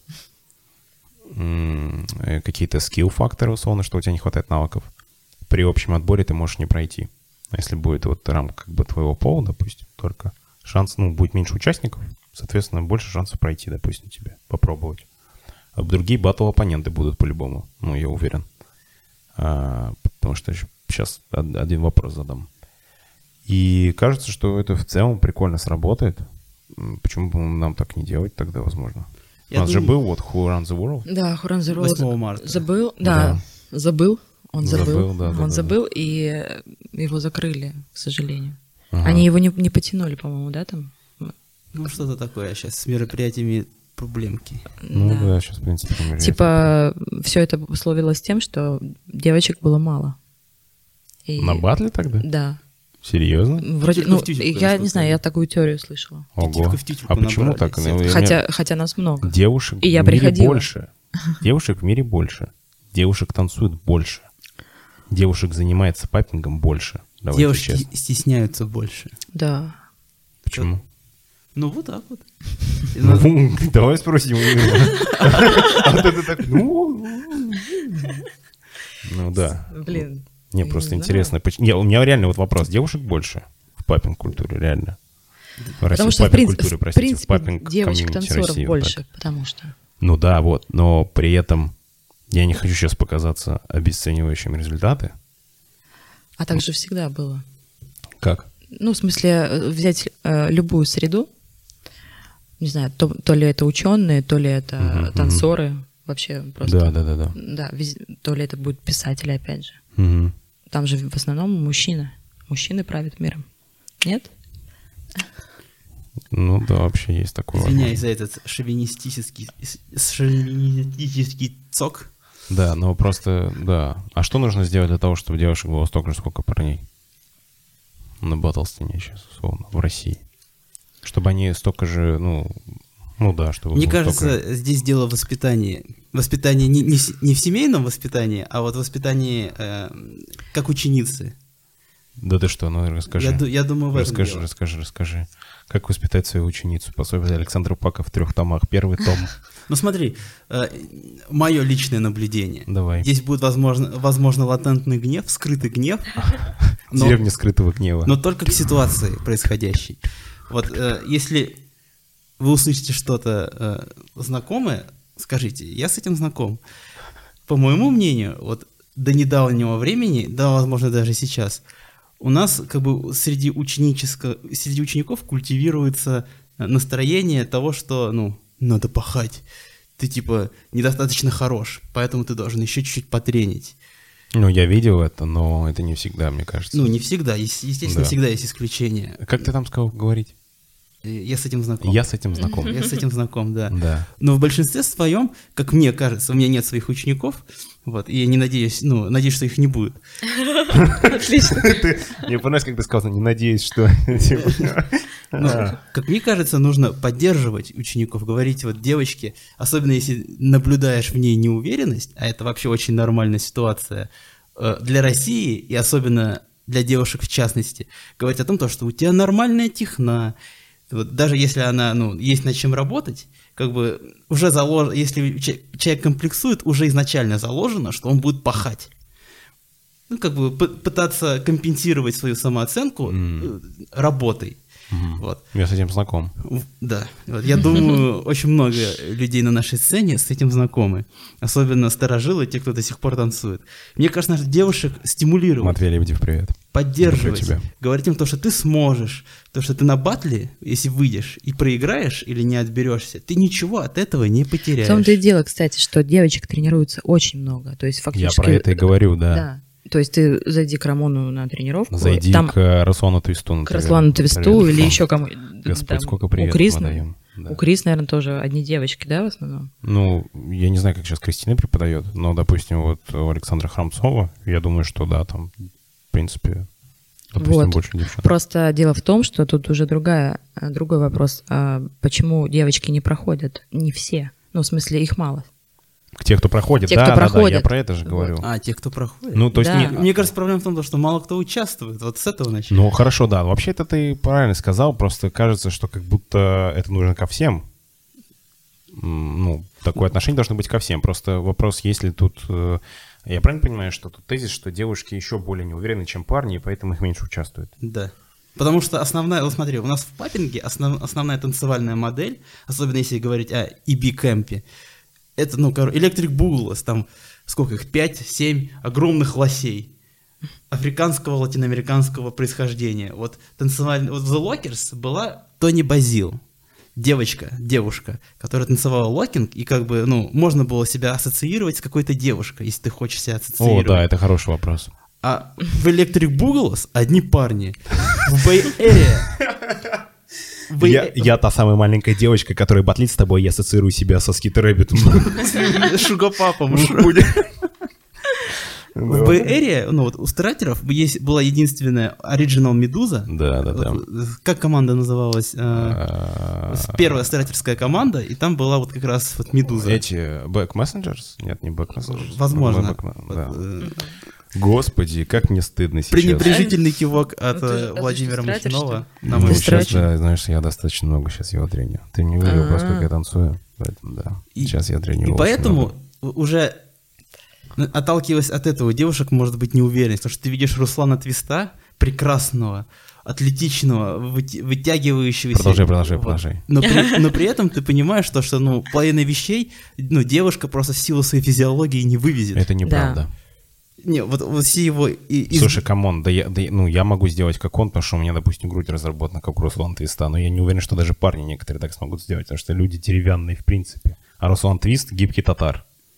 какие-то скилл-факторы, условно, что у тебя не хватает навыков. При общем отборе ты можешь не пройти. А если будет рамка твоего пола, допустим, только шанс, будет меньше участников, соответственно, больше шансов пройти, допустим, тебе, попробовать. А другие батл-оппоненты будут по-любому, я уверен. Потому что сейчас один вопрос задам. И кажется, что это в целом прикольно сработает. Почему бы нам так не делать тогда, возможно? У нас же был Who Runs the World? Да, Who Runs the World. 8 марта. Забыл, да. Забыл. Он забыл. Он забыл, и его закрыли, к сожалению. Они его не потянули, по-моему, да, там? Что-то такое сейчас с мероприятиями проблемки. Да, сейчас, в принципе, типа, все это условилось тем, что девочек было мало. На батле тогда? Да. Серьезно? Вроде, я не знаю, я такую теорию слышала. Ого. А почему так? Хотя нас много. Девушек в мире больше. Девушек в мире больше. Девушек танцует больше. Девушек занимается папингом больше. Девушки стесняются больше. Да. Почему? Вот так вот. Давай спросим у него. А вот это так, да. Блин. Мне просто интересно. У меня реально вопрос. Девушек больше в папинг-культуре, реально. Потому что, в принципе, девочек-танцоров больше, потому что... Да, но при этом я не хочу сейчас показаться обесценивающим результаты. А так же всегда было. Как? В смысле, взять любую среду, не знаю, то ли это ученые, то ли это танцоры, вообще просто... Да, то ли это будут писатели, опять же. Там же в основном мужчины мужчины правят миром. Нет? Ну да, вообще есть такое. Извиняюсь за этот шовинистический цок. Да, но просто, да. А что нужно сделать для того, чтобы девушек было столько же, сколько парней? На Баттлстоне сейчас, условно, в России. Чтобы они столько же, ну да, чтобы... Мне кажется, здесь дело в воспитании. Воспитание не в семейном воспитании, а вот воспитании как ученицы. Да ты что, ну расскажи. Я думаю, в этом дело. Расскажи. Как воспитать свою ученицу? Пособие Александра Пака в 3 томах. Первый том. Ну смотри, мое личное наблюдение. Давай. Здесь будет, возможно, латентный гнев, скрытый гнев. Деревня скрытого гнева. Но только к ситуации происходящей. Вот если вы услышите что-то знакомое, скажите, я с этим знаком. По моему мнению, вот до недавнего времени, да, возможно, даже сейчас, у нас как бы среди учеников культивируется настроение того, что, надо пахать. Ты типа недостаточно хорош, поэтому ты должен еще чуть-чуть потренить. Ну, я видел это, но это не всегда, мне кажется. Ну, не всегда, естественно, всегда есть исключения. Как ты там сказал говорить? Я с этим знаком. Я с этим знаком. Я с этим знаком, да. Да. Но в большинстве своем, как мне кажется, у меня нет своих учеников, вот, и я не надеюсь, надеюсь, что их не будет. Отлично. Мне понравилось, как ты сказал, не надеюсь, что... Как мне кажется, нужно поддерживать учеников, говорить вот девочке, особенно если наблюдаешь в ней неуверенность, а это вообще очень нормальная ситуация для России и особенно для девушек в частности, говорить о том, что у тебя нормальная техна. Вот, даже если она, есть над чем работать, как бы уже если человек комплексует, уже изначально заложено, что он будет пахать. Как бы пытаться компенсировать свою самооценку работой. Вот. Я с этим знаком. Да. Вот, я думаю, очень много людей на нашей сцене с этим знакомы. Особенно старожилы, те, кто до сих пор танцует. Мне кажется, надо девушек стимулировать. Матвей Лебедев, привет. Поддерживать. Говорить им то, что ты сможешь. То, что ты на батле, если выйдешь и проиграешь или не отберешься, ты ничего от этого не потеряешь. В том-то и дело, кстати, что девочек тренируется очень много. То есть фактически... Я про это и говорю, да. Да. То есть ты зайди к Рамону на тренировку. Зайди к Руслану Твисту. Например. К Руслану Твисту или еще кому. Господь, сколько приветов мы даем. У Крис, наверное, тоже одни девочки, да, в основном? Ну, я не знаю, как сейчас Кристина преподает, но, допустим, вот у Александра Храмцова, я думаю, что да, там, в принципе, допустим, больше девчонок. Просто дело в том, что тут уже другой вопрос. Почему девочки не проходят? Не все. Ну, в смысле, их мало. Те, кто проходит, да, я про это же говорю. Те, кто проходит? Ну, то есть Мне кажется, проблема в том, что мало кто участвует. Вот с этого начать. Ну, хорошо, да. Вообще, это ты правильно сказал, просто кажется, что как будто это нужно ко всем. Ну, такое отношение должно быть ко всем. Просто вопрос, если тут... Я правильно понимаю, что тут тезис, что девушки еще более не уверены, чем парни, и поэтому их меньше участвуют? Да. Потому что основная... Вот смотри, у нас в паппинге основная танцевальная модель, особенно если говорить о EB-кэмпе, это, Electric Boogaloo, там, сколько их, 5-7 огромных лосей африканского, латиноамериканского происхождения. Вот танцевальный... Вот в The Lockers была Тони Базил, девушка, которая танцевала локинг, и как бы, можно было себя ассоциировать с какой-то девушкой, если ты хочешь себя ассоциировать. О, да, это хороший вопрос. А в Electric Boogaloo одни парни. В Bay Area... Я та самая маленькая девочка, которая батлит с тобой, я ассоциирую себя со Скит Рэббитом. Шугапапом. В Bay Area, вот у старатеров была единственная Original Медуза. Да. Как команда называлась? Первая старатерская команда, и там была вот как раз вот Медуза. Эти Back Messengers? Нет, не Back Messengers. Возможно. Господи, как мне стыдно сейчас. Пренебрежительный кивок от Владимира Мухинова. Сейчас, да, знаешь, я достаточно много сейчас его треню. Ты не видел, поскольку я танцую. Поэтому, да, сейчас я треню. И поэтому уже, отталкиваясь от этого, девушек может быть неуверенность. Потому что ты видишь Руслана Твиста, прекрасного, атлетичного, вытягивающегося. Продолжай. Но при этом ты понимаешь, что половина вещей девушка просто в силу своей физиологии не вывезет. Это неправда. Не, вот все его... Слушай, камон, я могу сделать как он, потому что у меня, допустим, грудь разработана, как у Руслана Твиста, но я не уверен, что даже парни некоторые так смогут сделать, потому что люди деревянные в принципе. А Руслан Твист — гибкий татар.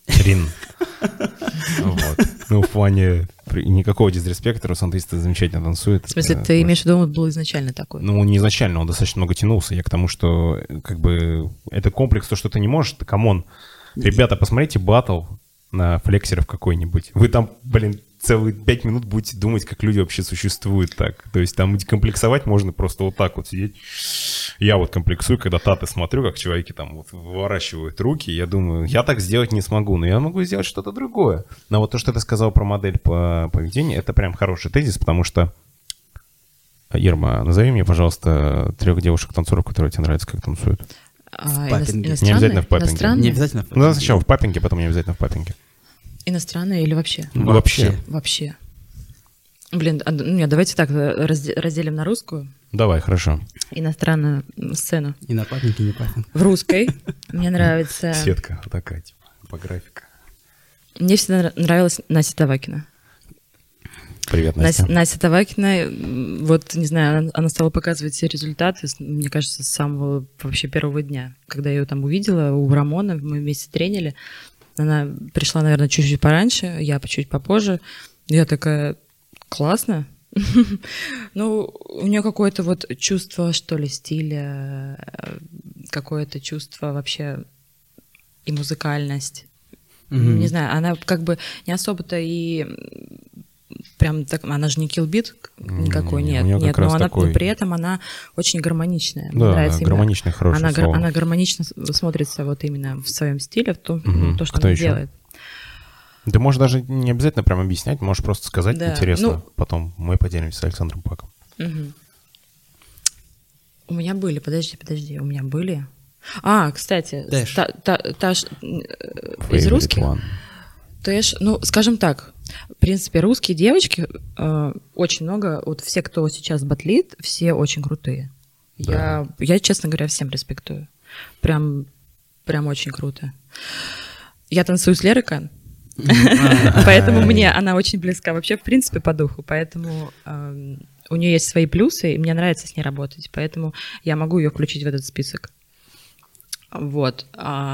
Трин. Вот. Ну, в плане никакого дисреспекта, Руслан-300 замечательно танцует. В смысле, ты имеешь в виду, он был изначально такой? Ну, не изначально, он достаточно много тянулся. Я к тому, что как бы это комплекс, то, что ты не можешь, ты камон. Ребята, посмотрите батл на флексеров какой-нибудь. Вы там, блин, целые 5 минут будете думать, как люди вообще существуют так. То есть там комплексовать можно просто вот так вот сидеть. Я вот комплексую, когда таты смотрю, как человеки там вот выворачивают руки, я думаю, я так сделать не смогу, но я могу сделать что-то другое. Но вот то, что ты сказал про модель по поведению, это прям хороший тезис, потому что, Ирма, назови мне, пожалуйста, 3 девушек-танцоров, которые тебе нравятся, как танцуют. Не обязательно в паппинге. Не обязательно в паппинге. Ну, сначала в паппинге, потом не обязательно в паппинге. Иностранные или вообще? Вообще. Блин, давайте так разделим на русскую. Давай, хорошо. Иностранную сцену. И на паппинге, и не паппинг. В русской мне нравится... Сетка вот такая, типа, по графику. Мне всегда нравилась Настя Тавакина. Привет, Настя. Настя Тавакина, вот, не знаю, она стала показывать все результаты, мне кажется, с самого вообще первого дня. Когда я ее там увидела у Рамона, мы вместе тренили. Она пришла, наверное, чуть-чуть пораньше, я чуть попозже. Я такая, классно. Ну, у нее какое-то вот чувство, что ли, стиля, какое-то чувство вообще и музыкальность. Не знаю, она как бы не особо-то и прям так, она же не киллбит никакой, нет, но она при этом она очень гармоничная. Да, гармоничная, хорошее слово. Она гармонично смотрится вот именно в своем стиле, в том, то, что она делает. Ты можешь даже не обязательно прям объяснять, можешь просто сказать, интересно. Потом мы поделимся с Александром Паком. У меня были, подожди, у меня были. Кстати, Таш из русских. Тэш, ну, скажем так, в принципе, русские девочки очень много, вот все, кто сейчас батлит, все очень крутые. Да. Я, честно говоря, всем респектую. Прям очень круто. Я танцую с Лерой Кан, поэтому мне она очень близка вообще, в принципе, по духу, поэтому у нее есть свои плюсы, и мне нравится с ней работать, поэтому я могу ее включить в этот список. Вот.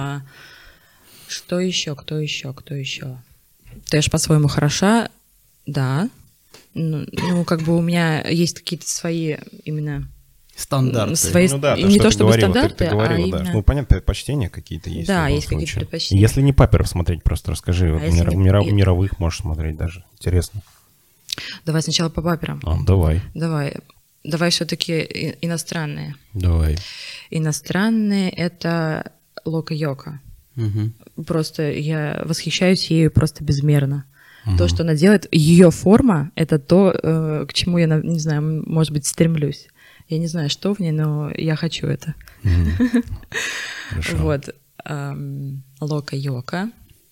Что еще? Кто еще? Тэш по-своему хороша, да. Ну, как бы у меня есть какие-то свои именно... Стандарты. Не то чтобы стандарты, ты говорила, именно... Ну, понятно, предпочтения какие-то есть. Да, есть какие-то предпочтения. Если не паперов смотреть, просто расскажи. Мировых можешь смотреть даже. Интересно. Давай сначала по паперам. Давай. Давай все-таки иностранные. Давай. Иностранные — это Лока Йока. Угу. Просто я восхищаюсь ею просто безмерно. То, что она делает, ее форма — это то, к чему я, не знаю, может быть, стремлюсь. Я не знаю, что в ней, но я хочу это. Хорошо. Вот. Лока Йока.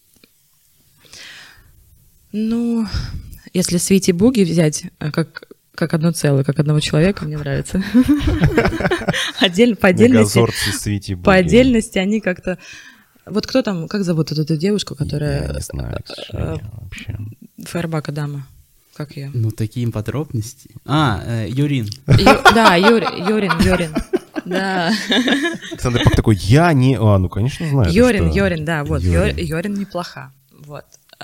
Ну, если Свити Буги взять как одно целое, как одного человека, мне нравится. По отдельности они как-то... Вот кто там, как зовут эту девушку, которая... Я не знаю, к сожалению, вообще. Фаербака дама. Как ее? Ну, такие подробности. Юрин. Да, Юрин. Да. Александр Пак такой, я не... ну, конечно, знаю. Юрин, да, вот. Юрин неплоха. Вот.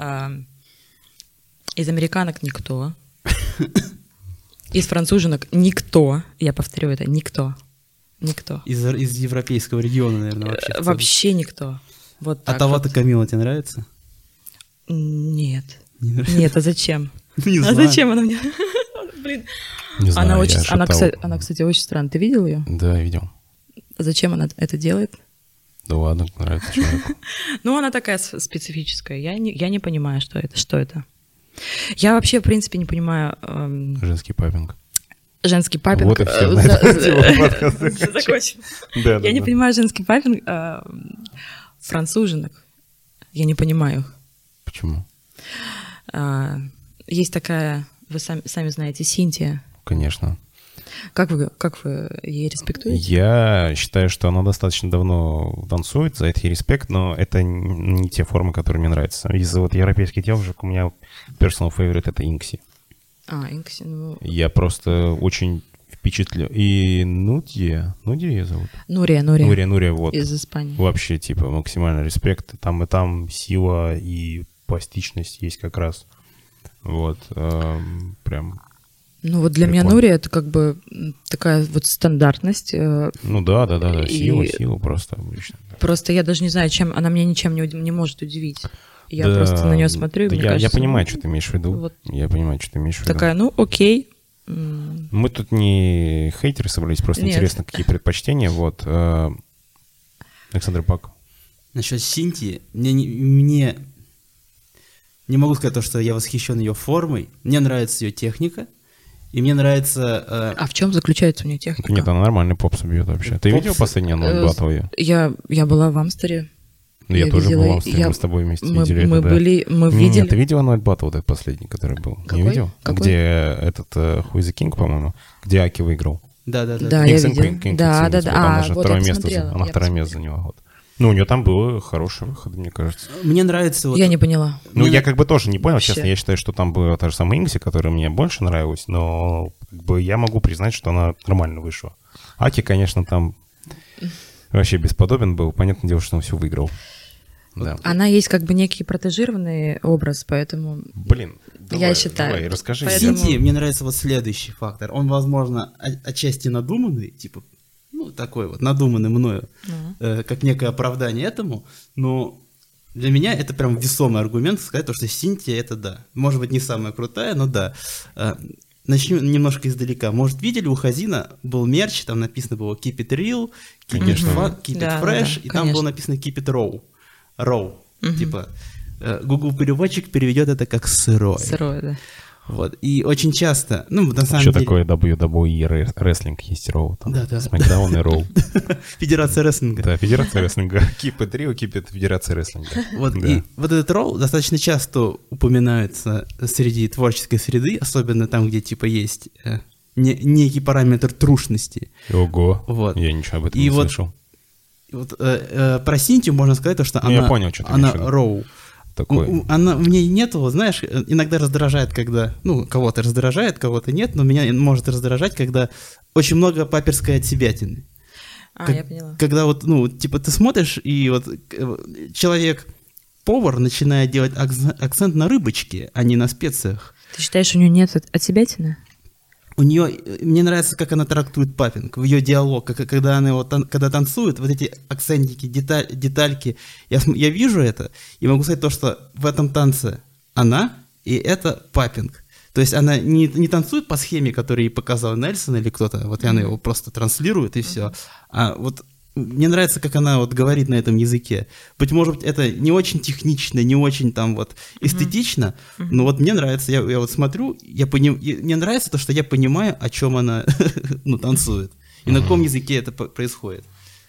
Из американок никто. Из француженок никто. Я повторю это, никто. Из европейского региона, наверное, вообще. Вообще никто. Вот так. А Тавата Камила тебе нравится? Нет. Нет, а зачем? Не знаю. Зачем она мне? Блин. Не знаю, она, кстати, очень странная. Ты видел ее? Да, видел. Зачем она это делает? Да ладно, нравится человеку. Ну, она такая специфическая. Я не понимаю, что это. Я вообще, в принципе, не понимаю... Женский паппинг. Женский паппинг... Вот и все. Закончим. Я не понимаю женский паппинг француженок. Я не понимаю их. Почему? Есть такая, вы сами знаете, Синтия. Конечно. Как вы ей респектуете? Я считаю, что она достаточно давно танцует, за это ей респект, но это не те формы, которые мне нравятся. Из вот европейских девушек у меня personal favorite — это Инкси. Инкси, ну... Я просто очень впечатлен. И Нудия ее зовут? Нурия, вот. Из Испании. Вообще, типа, максимальный респект. И там сила и пластичность есть как раз. Вот, прям... Ну вот для меня Нурия это как бы такая вот стандартность. Ну да, сила просто обычно. Просто я даже не знаю, чем она меня ничем не может удивить. Я просто на нее смотрю, и мне кажется... Я понимаю, что ты имеешь в виду. Вот. Я понимаю, что ты имеешь в виду. Такая, ну окей. Мы тут не хейтеры собрались, просто интересно, какие предпочтения. Вот. Александр Пак. Насчет Синтии, мне не могу сказать то, что я восхищен ее формой. Мне нравится ее техника. И мне нравится... А в чем заключается у нее техника? Нет, она нормальный попс бьет вообще. Ты видел последний Unload Battle ее? Я была в Амстере. Я тоже был в Амстере, мы с тобой вместе видели это. Мы видели... Нет, ты видел Unload Battle, вот этот последний, который был? Какой? Не видел? Какой? Где этот Who is the King, по-моему, где Аки выиграл. Да, я видел. Да. Она же Вот второе я место, посмотрела. она второе место заняла. Вот. Ну, у нее там был хороший выход, мне кажется. Мне нравится... Вот... Я не поняла. Ну, я как бы тоже не понял, Вообще. честно. Я считаю, что там была та же самая Ингси, которая мне больше нравилась, но как бы я могу признать, что она нормально вышла. Аки, конечно, там вообще бесподобен был. Понятное дело, что он все выиграл. Да. Она есть как бы некий протежированный образ, поэтому... Блин, я считаю. Давай, расскажи. Поэтому... Синтии мне нравится вот следующий фактор. Он, возможно, отчасти надуманный, типа, ну, такой вот, надуманный мною, как некое оправдание этому, но для меня это прям весомый аргумент сказать, то, что Синтия это да. Может быть, не самая крутая, но да. Начну немножко издалека. Может, видели, у Хазина был мерч, там написано было Keep it real, Keep it fun, Keep it fresh, и там было написано Keep it raw. Raw. Типа, Google переводчик переведет это как сырое. Сырое, да. Вот. И очень часто, ну, на самом что деле... такое WWE рестлинг есть, Роу? Да. Смакдаун и Роу. Федерация рестлинга. Да, Федерация рестлинга. Keep it real, keep it Федерация рестлинга. Вот, да. И вот этот Роу достаточно часто упоминается среди творческой среды, особенно там, где типа есть некий параметр трушности. Ого, вот. Я ничего об этом не слышал. Вот, про Синтию можно сказать, то, что я понял, что она Роу. Такой. Она, в ней нету, знаешь, иногда раздражает, когда, ну, кого-то раздражает, кого-то нет, но меня может раздражать, когда очень много паперской отсебятины. Я поняла. Когда вот, ну, типа ты смотришь, и вот человек-повар начинает делать акцент на рыбочке, а не на специях. Ты считаешь, у нее нет отсебятины? У нее, мне нравится, как она трактует паппинг, в ее диалог, когда она его когда танцует, вот эти акцентики, детальки, я вижу это, и могу сказать то, что в этом танце она, и это паппинг. То есть она не танцует по схеме, которую ей показал Нельсон или кто-то, вот она его просто транслирует, и все. А вот мне нравится, как она вот говорит на этом языке. Быть может, это не очень технично, не очень там вот эстетично, но вот мне нравится, я вот смотрю, мне нравится то, что я понимаю, о чем она ну, танцует, и на каком языке это происходит.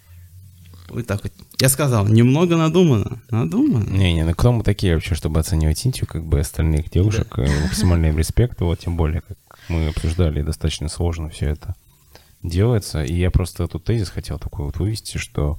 Вот так вот. Я сказал, немного надумано. Не, ну кто мы такие вообще, чтобы оценивать Синтию, как бы остальных девушек, максимальный им респект, вот тем более, как мы обсуждали, достаточно сложно все это делается, и я просто тут тезис хотел такой вот вывести, что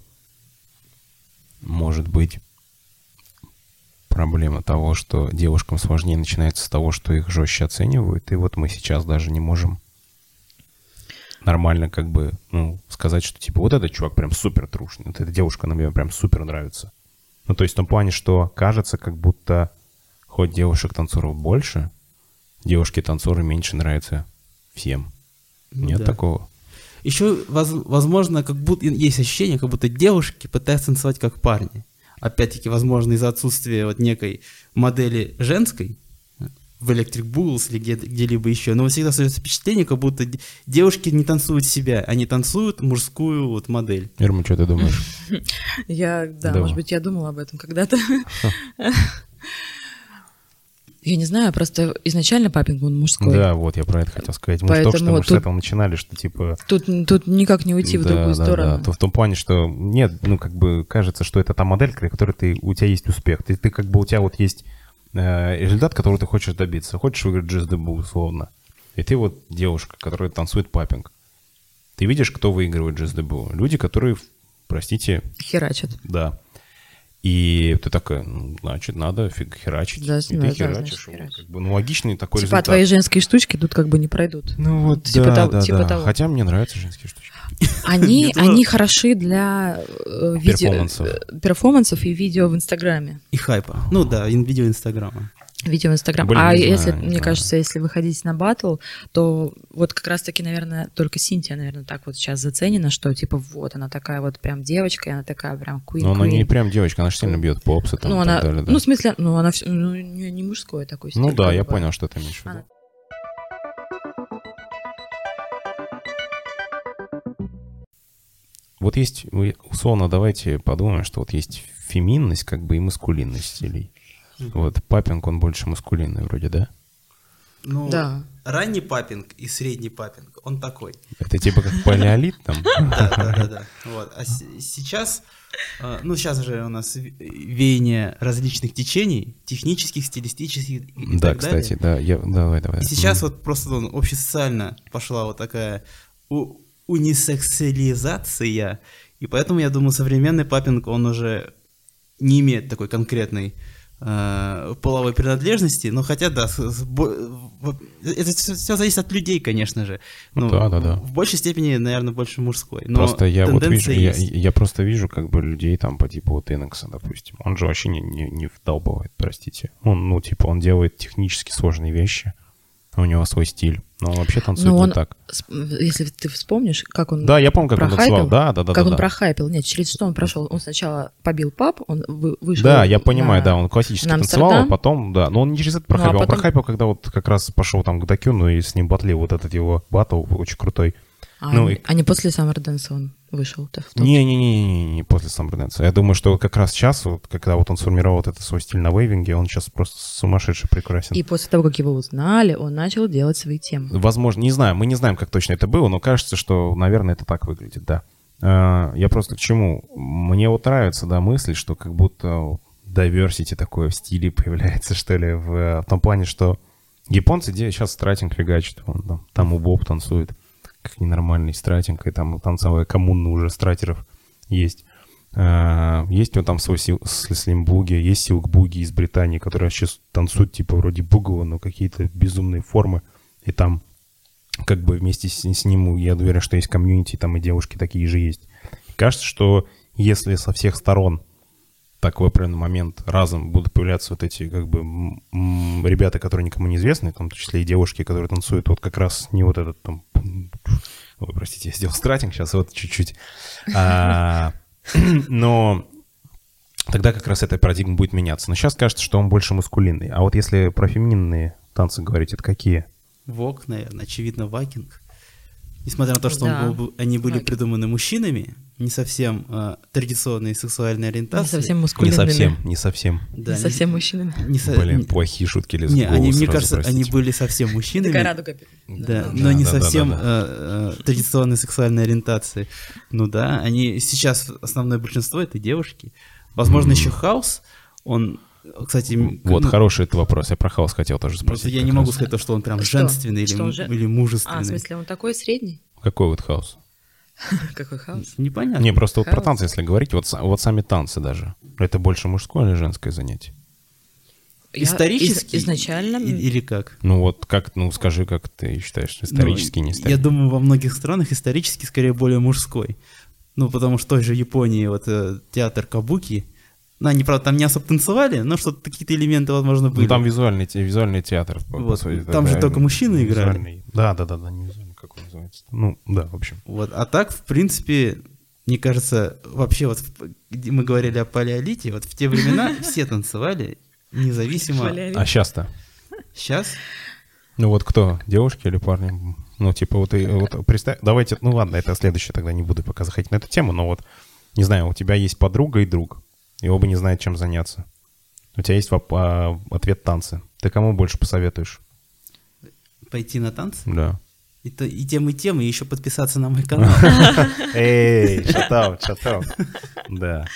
может быть проблема того, что девушкам сложнее начинается с того, что их жестче оценивают, и вот мы сейчас даже не можем нормально как бы, ну, сказать, что типа вот этот чувак прям супер трушный, вот эта девушка на мне прям супер нравится. Ну, то есть в том плане, что кажется, как будто хоть девушек-танцоров больше, девушки-танцоры меньше нравятся всем. Нет такого? Еще, возможно, как будто есть ощущение, как будто девушки пытаются танцевать как парни. Опять-таки, возможно, из-за отсутствия вот некой модели женской в Electric Bulls или где-либо еще. Но всегда остается впечатление, как будто девушки не танцуют себя, они танцуют мужскую вот модель. Ирма, что ты думаешь? Может быть, я думала об этом когда-то. Я не знаю, просто изначально паппинг был мужской. Да, вот, я про это хотел сказать. Мы только что с этого начинали, что типа... Тут никак не уйти в другую сторону. Да, в том плане, что нет, ну, как бы кажется, что это та модель, при которой у тебя есть успех. Ты как бы у тебя вот есть результат, которого ты хочешь добиться. Хочешь выиграть Just the Bull, условно. И ты вот девушка, которая танцует паппинг. Ты видишь, кто выигрывает Just the Bull? Люди, которые, простите... Херачат. Да. И ты такая, ну, значит, надо херачить. Да, и ты херачишь. Вот, как бы, ну, логичный такой типа результат. твои женские штучки тут как бы не пройдут. Ну вот, типа да. того. Хотя мне нравятся женские штучки. Они хороши для перформансов и видео в Инстаграме. И хайпа. Ну да, видео Инстаграма. Видео в Инстаграм. Блин, не если, знаю, мне кажется, если выходить на батл, то вот как раз-таки, наверное, только Синтия, наверное, так вот сейчас заценена, что типа вот она такая вот прям девочка, и она такая прям queen. Но она не прям девочка, она же сильно бьет попсы там, ну, и она, так далее. Да. ну, в смысле, ну, она не мужской такой стиль. Ну да, я бы. понял, что ты имеешь в виду. Вот есть, условно, давайте подумаем, что вот есть феминность как бы и маскулинность стилей. Вот папинг, он больше маскулинный вроде, да? Ну, да. Ранний папинг и средний папинг, он такой. Это типа как палеолит там? Да. Вот. А сейчас, ну сейчас же у нас веяние различных течений, технических, стилистических и да, так далее. кстати, да. Давай. И сейчас вот просто общесоциально пошла вот такая унисексуализация, и поэтому, я думаю, современный папинг, он уже не имеет такой конкретной половой принадлежности, но хотя, да, это все зависит от людей, конечно же. Ну, да. В большей степени, наверное, больше мужской. Но просто я вот вижу, есть. я просто вижу как бы людей там по типу вот Инекса, допустим. Он же вообще не вдалбывает, простите. Он, ну, типа, он делает технически сложные вещи, у него свой стиль, но он вообще танцует он, не так. Если ты вспомнишь, как он Да, я помню, как он танцевал, да. Как он прохайпил. Нет, через что он прошел? Он сначала побил паб, он вышел. Да, я понимаю, да, он классически танцевал, а потом, да, но он не через это прохайпил, он прохайпил, когда вот как раз пошел там к Дакюну и с ним батлил вот этот его батл очень крутой. А не после Summer Dance он вышел-то? Не после Summer Dance. Я думаю, что как раз сейчас, вот, когда вот он сформировал вот этот свой стиль на вейвинге, он сейчас просто сумасшедший прекрасен. И после того, как его узнали, он начал делать свои темы. Возможно, не знаю, мы не знаем, как точно это было, но кажется, что, наверное, это так выглядит, да. Я просто к чему? Мне вот нравится, да, мысль, что как будто diversity такое в стиле появляется, что ли, в том плане, что японцы сейчас стратинг фигачат, там у Боб танцует как ненормальный стратинг, и там целая коммуна уже стратеров есть. Есть вот там свой слимбуги, есть силкбуги из Британии, которые сейчас танцуют типа вроде бугова, но какие-то безумные формы. И там как бы вместе с ним, я уверен, что есть комьюнити, там и девушки такие же есть. И кажется, что если со всех сторон так в определенный момент разом будут появляться вот эти как бы ребята, которые никому не известны, в том числе и девушки, которые танцуют вот как раз не вот этот там... Ой, простите, я сделал стратинг сейчас вот чуть-чуть. Но тогда как раз эта парадигма будет меняться. Но сейчас кажется, что он больше маскулинный. А вот если про феминные танцы говорить, это какие? Вок, наверное, очевидно, вакинг. Несмотря на то, что они были придуманы мужчинами, не совсем традиционные сексуальные ориентации. Не совсем мускулинными. Не совсем. Да, не совсем мужчинами. Блин, плохие шутки лезут в голову. Мне кажется, они были совсем мужчинами. Такая радуга. Да, но не совсем традиционной сексуальной ориентации. Ну да, они сейчас основное большинство это девушки. Возможно, еще хаус, он... Кстати, вот хороший это вопрос. Я про хаос хотел тоже спросить. Я не могу сказать, что он прям женственный или мужественный. В смысле, он такой средний? Какой вот хаос? Какой хаос? Непонятно. Не, просто вот про танцы, если говорить, вот сами танцы даже. Это больше мужское или женское занятие? Исторически? Изначально? Или как? Ну вот как, ну скажи, как ты считаешь, исторически, не исторически? Я думаю, во многих странах исторически скорее более мужской. Ну, потому что в той же Японии вот театр кабуки, ну, они, правда, там не особо танцевали, но что-то какие-то элементы, возможно, были. Ну, там визуальный театр. Вот, там же только мужчины играли. Да, не визуальный, как он называется. Ну, да, в общем. Вот, а так, в принципе, мне кажется, вообще вот мы говорили о палеолите, вот в те времена все танцевали, независимо... А сейчас-то? Сейчас? Ну вот кто, девушки или парни? Ну, типа, вот представь, давайте, ну ладно, это следующее, тогда не буду пока заходить на эту тему, но вот, не знаю, у тебя есть подруга и друг, и оба не знают, чем заняться. У тебя есть ответ танцы. Ты кому больше посоветуешь? Пойти на танцы? Да. И тем, и еще подписаться на мой канал. Эй, shut up. Да.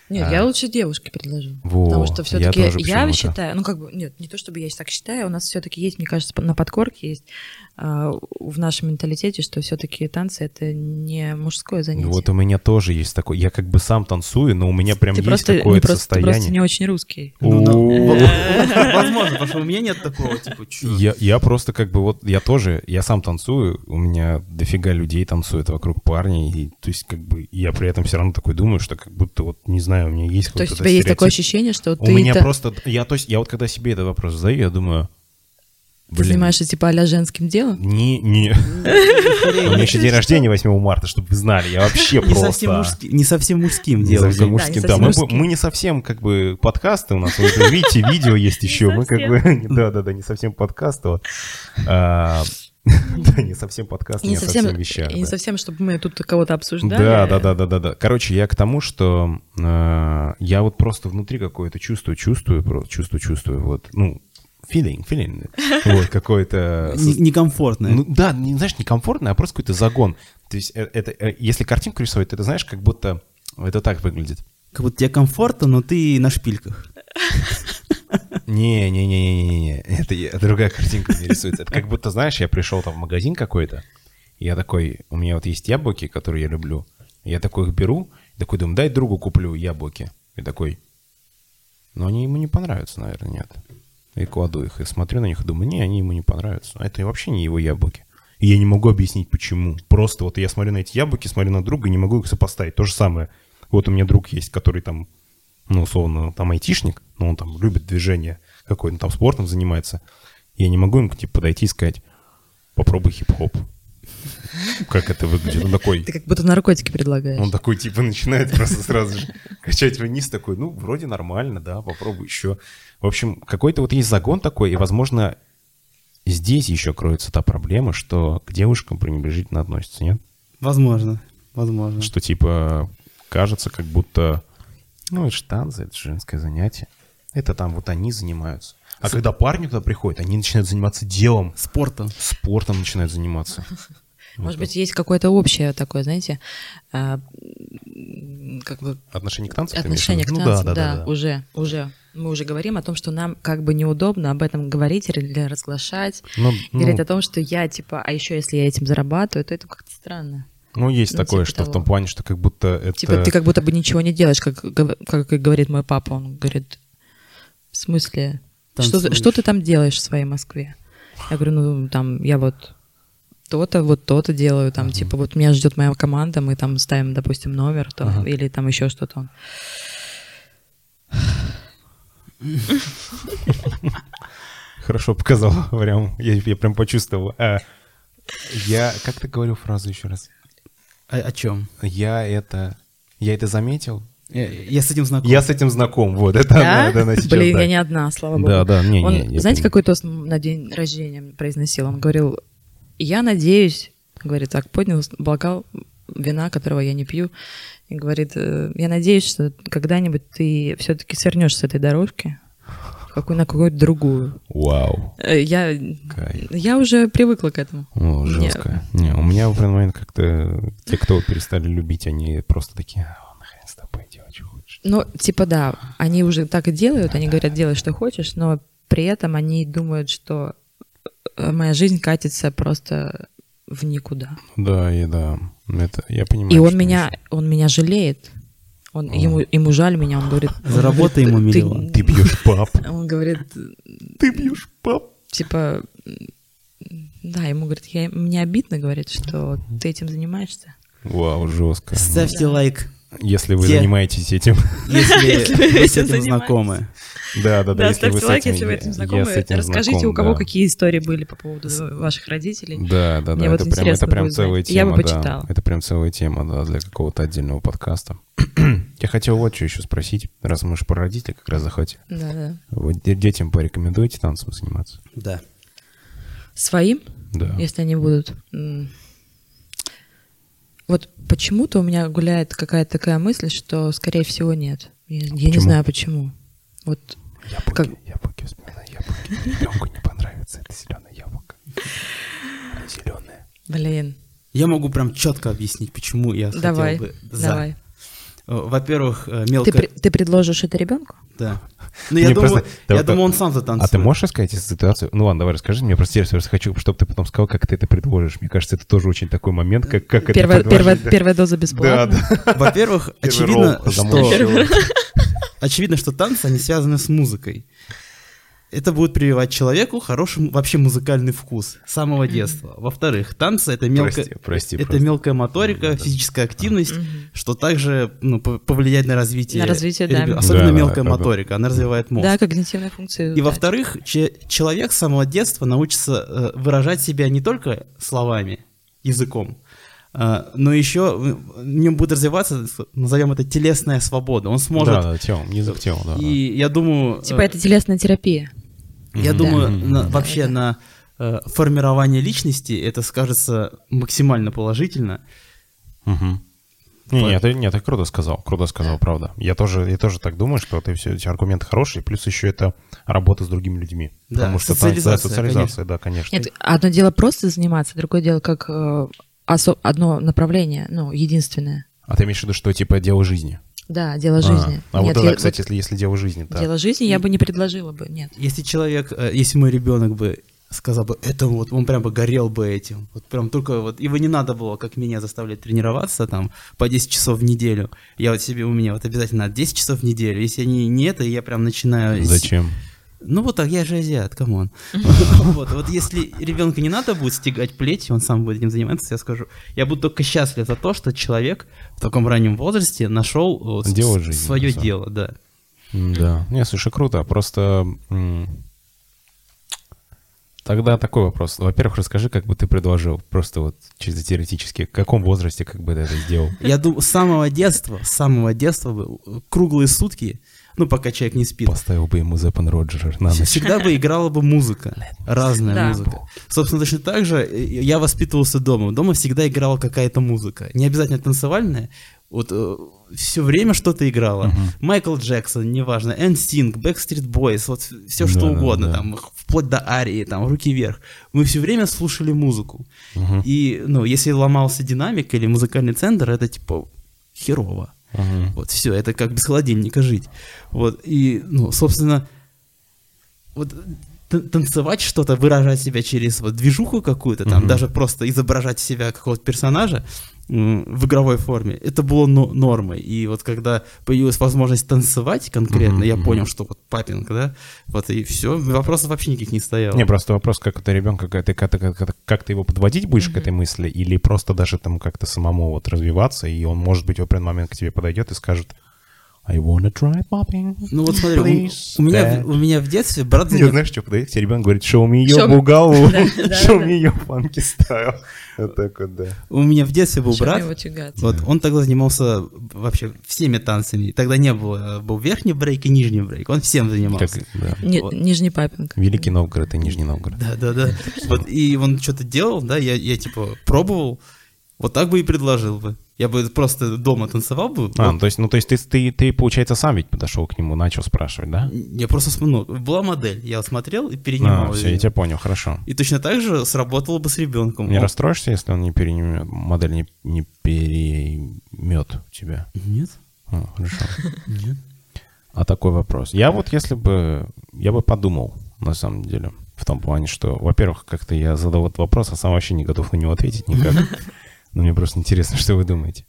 Нет, я лучше девушке предложу. Потому что все-таки я считаю, ну как бы, нет, не то чтобы я так считаю, у нас все-таки есть, мне кажется, на подкорке есть в нашем менталитете, что все-таки танцы — это не мужское занятие. Вот у меня тоже есть такое. Я как бы сам танцую, но у меня прям есть какое-то состояние. Ты просто не очень русский. Возможно, потому что у меня нет такого, типа, я просто как бы вот, я сам танцую, у меня дофига людей танцует вокруг парней, и то есть как бы я при этом все равно такой думаю, что как будто вот, не знаю, у меня есть какой-то стереотип. То есть у тебя есть такое ощущение, что ты... У меня просто, я вот когда себе этот вопрос задаю, я думаю... Ты занимаешься типа а-ля женским делом? Не. У меня еще день рождения 8 марта, чтобы вы знали. Я вообще просто... Не совсем мужским делом. Не совсем мужским, да. Мы не совсем как бы подкасты у нас. Вы видите, видео есть еще. Мы как бы... Да, не совсем подкасты. Да, не совсем подкасты, не совсем вещах. И не совсем, чтобы мы тут кого-то обсуждали. Да. Короче, я к тому, что я вот просто внутри какое-то чувствую. Вот, ну, feeling, вот, какое-то... Некомфортное. Ну, да, не, знаешь, некомфортное, а просто какой-то загон. То есть это, если картинку рисовать, это, знаешь, как будто это так выглядит. Как будто тебе комфортно, но ты на шпильках. Не, это другая картинка мне рисуется. Это как будто, знаешь, я пришел там в магазин какой-то, я такой, у меня вот есть яблоки, которые я люблю, я такой их беру, такой думаю, дай другу куплю яблоки. И такой, но они ему не понравятся, наверное, нет. И кладу их, и смотрю на них, и думаю, не, они ему не понравятся. А это вообще не его яблоки. И я не могу объяснить, почему. Просто вот я смотрю на эти яблоки, смотрю на друга, и не могу их сопоставить. То же самое. Вот у меня друг есть, который там, ну, условно, там айтишник, но он там любит движение какое-то, там спортом занимается. Я не могу ему, типа, подойти и сказать, попробуй хип-хоп. Как это выглядит? Он такой... Ты как будто наркотики предлагаешь. Он такой, типа, начинает просто сразу же качать вниз, такой, ну, вроде нормально, да, попробуй еще. В общем, какой-то вот есть загон такой, и, возможно, здесь еще кроется та проблема, что к девушкам пренебрежительно относятся, нет? Возможно. Что, типа, кажется, как будто, ну, это же танцы, это же женское занятие. Это там вот они занимаются. А когда парни туда приходят, они начинают заниматься делом. Спортом начинают заниматься. Может быть, есть какое-то общее такое, знаете, как бы... Отношение к танцам? Отношение к танцам, да, уже. Мы уже говорим о том, что нам как бы неудобно об этом говорить или разглашать. Говорить о том, что я, типа, а еще если я этим зарабатываю, то это как-то странно. Ну, есть такое, типа что того. В том плане, что как будто это... Типа ты как будто бы ничего не делаешь, как и говорит мой папа. Он говорит, в смысле, что ты там делаешь в своей Москве? Я говорю, ну, там, я вот то-то делаю, там, типа, вот меня ждет моя команда, мы там ставим, допустим, номер, или там еще что-то. Хорошо показал, прям, я прям почувствовал. Как ты говорил фразу еще раз? О чем? Я это заметил. Я с этим знаком. Я с этим знаком, вот, это да? она сейчас. Блин, да. я не одна, слава богу. Да, Он, знаете, какой тост на день рождения произносил? Он говорил, я надеюсь, говорит, так, поднял бокал вина, которого я не пью, и говорит, я надеюсь, что когда-нибудь ты все-таки свернешь с этой дорожки на какую-то другую. Вау. Я уже привыкла к этому. О, жестко. Не, у меня в определенный момент как-то те, кто перестали любить, они просто такие, нахрен с тобой делать, что хочешь. Ну, типа, да, они уже так и делают, они говорят, делай, что хочешь, но при этом они думают, что моя жизнь катится просто в никуда. Да, это я понимаю. И он меня жалеет. Ему жаль меня, он говорит... Заработай ему миллион. Ты бьешь пап. Он говорит... Ты бьешь пап. Типа... Да, ему говорит, мне обидно, говорит, что ты этим занимаешься. Вау, жестко. Ставьте лайк. Если вы занимаетесь этим. Если вы с этим знакомы. Да, ставьте лайк, если вы этим знакомы. Расскажите, у кого какие истории были по поводу ваших родителей. Да. Мне вот интересно будет знать. Я бы почитала. Это прям целая тема, да, для какого-то отдельного подкаста. Я хотел вот что еще спросить, раз мы же про родителей как раз захотели. Да. Вот детям порекомендуете танцем заниматься? Да. Своим? Да. Если они будут... Вот почему-то у меня гуляет какая-то такая мысль, что, скорее всего, нет. Я не знаю, почему. Вот Яблоки, вспоминаю яблоки. Ребенку не понравится это зеленое яблоко. Оно зеленое. Блин. Я могу прям четко объяснить, почему я хотел бы за. Давай. во-первых, мелко... Ты предложишь это ребенку? Да. Ну, я думаю, он сам затанцует. А ты можешь рассказать эту ситуацию? Ну ладно, давай расскажи, мне просто интересно, хочу, чтобы ты потом сказал, как ты это предложишь. Мне кажется, это тоже очень такой момент, как это предложить. Первая доза бесплатно. Да. Во-первых, очевидно, что танцы, они связаны с музыкой. Это будет прививать человеку хороший вообще музыкальный вкус с самого детства. Во-вторых, танцы — это мелкая моторика, физическая активность, что также повлияет на развитие. Особенно мелкая моторика, она развивает мозг. Да, когнитивные функции. И во-вторых, человек с самого детства научится выражать себя не только словами, языком, но еще в нем будет развиваться, назовем это, телесная свобода. Он сможет... Да, телом, язык тела, да. И я думаю... Типа это телесная терапия. Я думаю, вообще на формирование личности это скажется максимально положительно. Нет, ты круто сказал, правда. Я тоже так думаю, что эти аргументы хорошие, плюс еще это работа с другими людьми. Да, потому что социализация, да, конечно. Нет, одно дело просто заниматься, другое дело как одно направление, единственное. А ты имеешь в виду, что типа дело жизни? Да, дело жизни. Вот тогда, кстати, если дело жизни, да. Дело жизни я бы не предложила бы, нет. Если мой ребенок бы сказал бы, это вот, он прям бы горел бы этим. Вот прям только вот, его не надо было, как меня, заставлять тренироваться там по 10 часов в неделю. У меня обязательно 10 часов в неделю. Если не это, я прям начинаю... Зачем? Ну вот так, я же азиат, камон. Вот если ребенка не надо будет стегать плеть, он сам будет этим заниматься, я скажу, я буду только счастлив за то, что человек в таком раннем возрасте нашел свое дело, да. Да, не, слушай, круто, просто тогда такой вопрос. Во-первых, расскажи, как бы ты предложил, просто вот чисто теоретически, в каком возрасте как бы ты это сделал? Я думаю, с самого детства, круглые сутки, пока человек не спит. Поставил бы ему Зеппен Роджер на ночь. Всегда бы играла бы музыка, разная музыка. Собственно, точно так же я воспитывался дома. Дома всегда играла какая-то музыка. Не обязательно танцевальная. Вот все время что-то играло. Майкл Джексон, неважно, NSYNC, Backstreet Boys, вот все что угодно, там, вплоть до арии, там, руки вверх. Мы все время слушали музыку. И, если ломался динамик или музыкальный центр, это типа херово. Вот все, это как без холодильника жить. Вот, и, собственно, вот танцевать что-то, выражать себя через движуху какую-то, там, даже просто изображать себя какого-то персонажа в игровой форме, это было нормой. И вот когда появилась возможность танцевать конкретно, я понял, что вот папинг, да, вот и все, вопросов вообще никаких не стояло. Не, просто вопрос, как это ребенка, как ты его подводить будешь к этой мысли, или просто даже там как-то самому вот развиваться, и он, может быть, в определенный момент к тебе подойдет и скажет: I wanna try popping. Ну вот смотри, у меня в детстве брат... Не знаешь, что подойдет, тебе ребенок говорит: show me your бугалу, show me your funky style. Вот так вот, да. У меня в детстве был брат, вот он тогда занимался вообще всеми танцами. Тогда не было, был верхний брейк и нижний брейк, он всем занимался. Нижний папинг. Великий Новгород и Нижний Новгород. Да. Вот, и он что-то делал, да, я типа пробовал, вот так бы и предложил бы. Я бы просто дома танцевал бы. То есть ты, получается, сам ведь подошел к нему, начал спрашивать, да? Я просто, была модель, я смотрел и перенимал. Все, я тебя понял, хорошо. И точно так же сработало бы с ребенком. Не расстроишься, если он не перенимет, модель не переймет тебя? Нет. Хорошо. Нет. А такой вопрос. Я бы подумал, на самом деле, в том плане, что, во-первых, как-то я задал этот вопрос, а сам вообще не готов на него ответить никак. Но мне просто интересно, что вы думаете.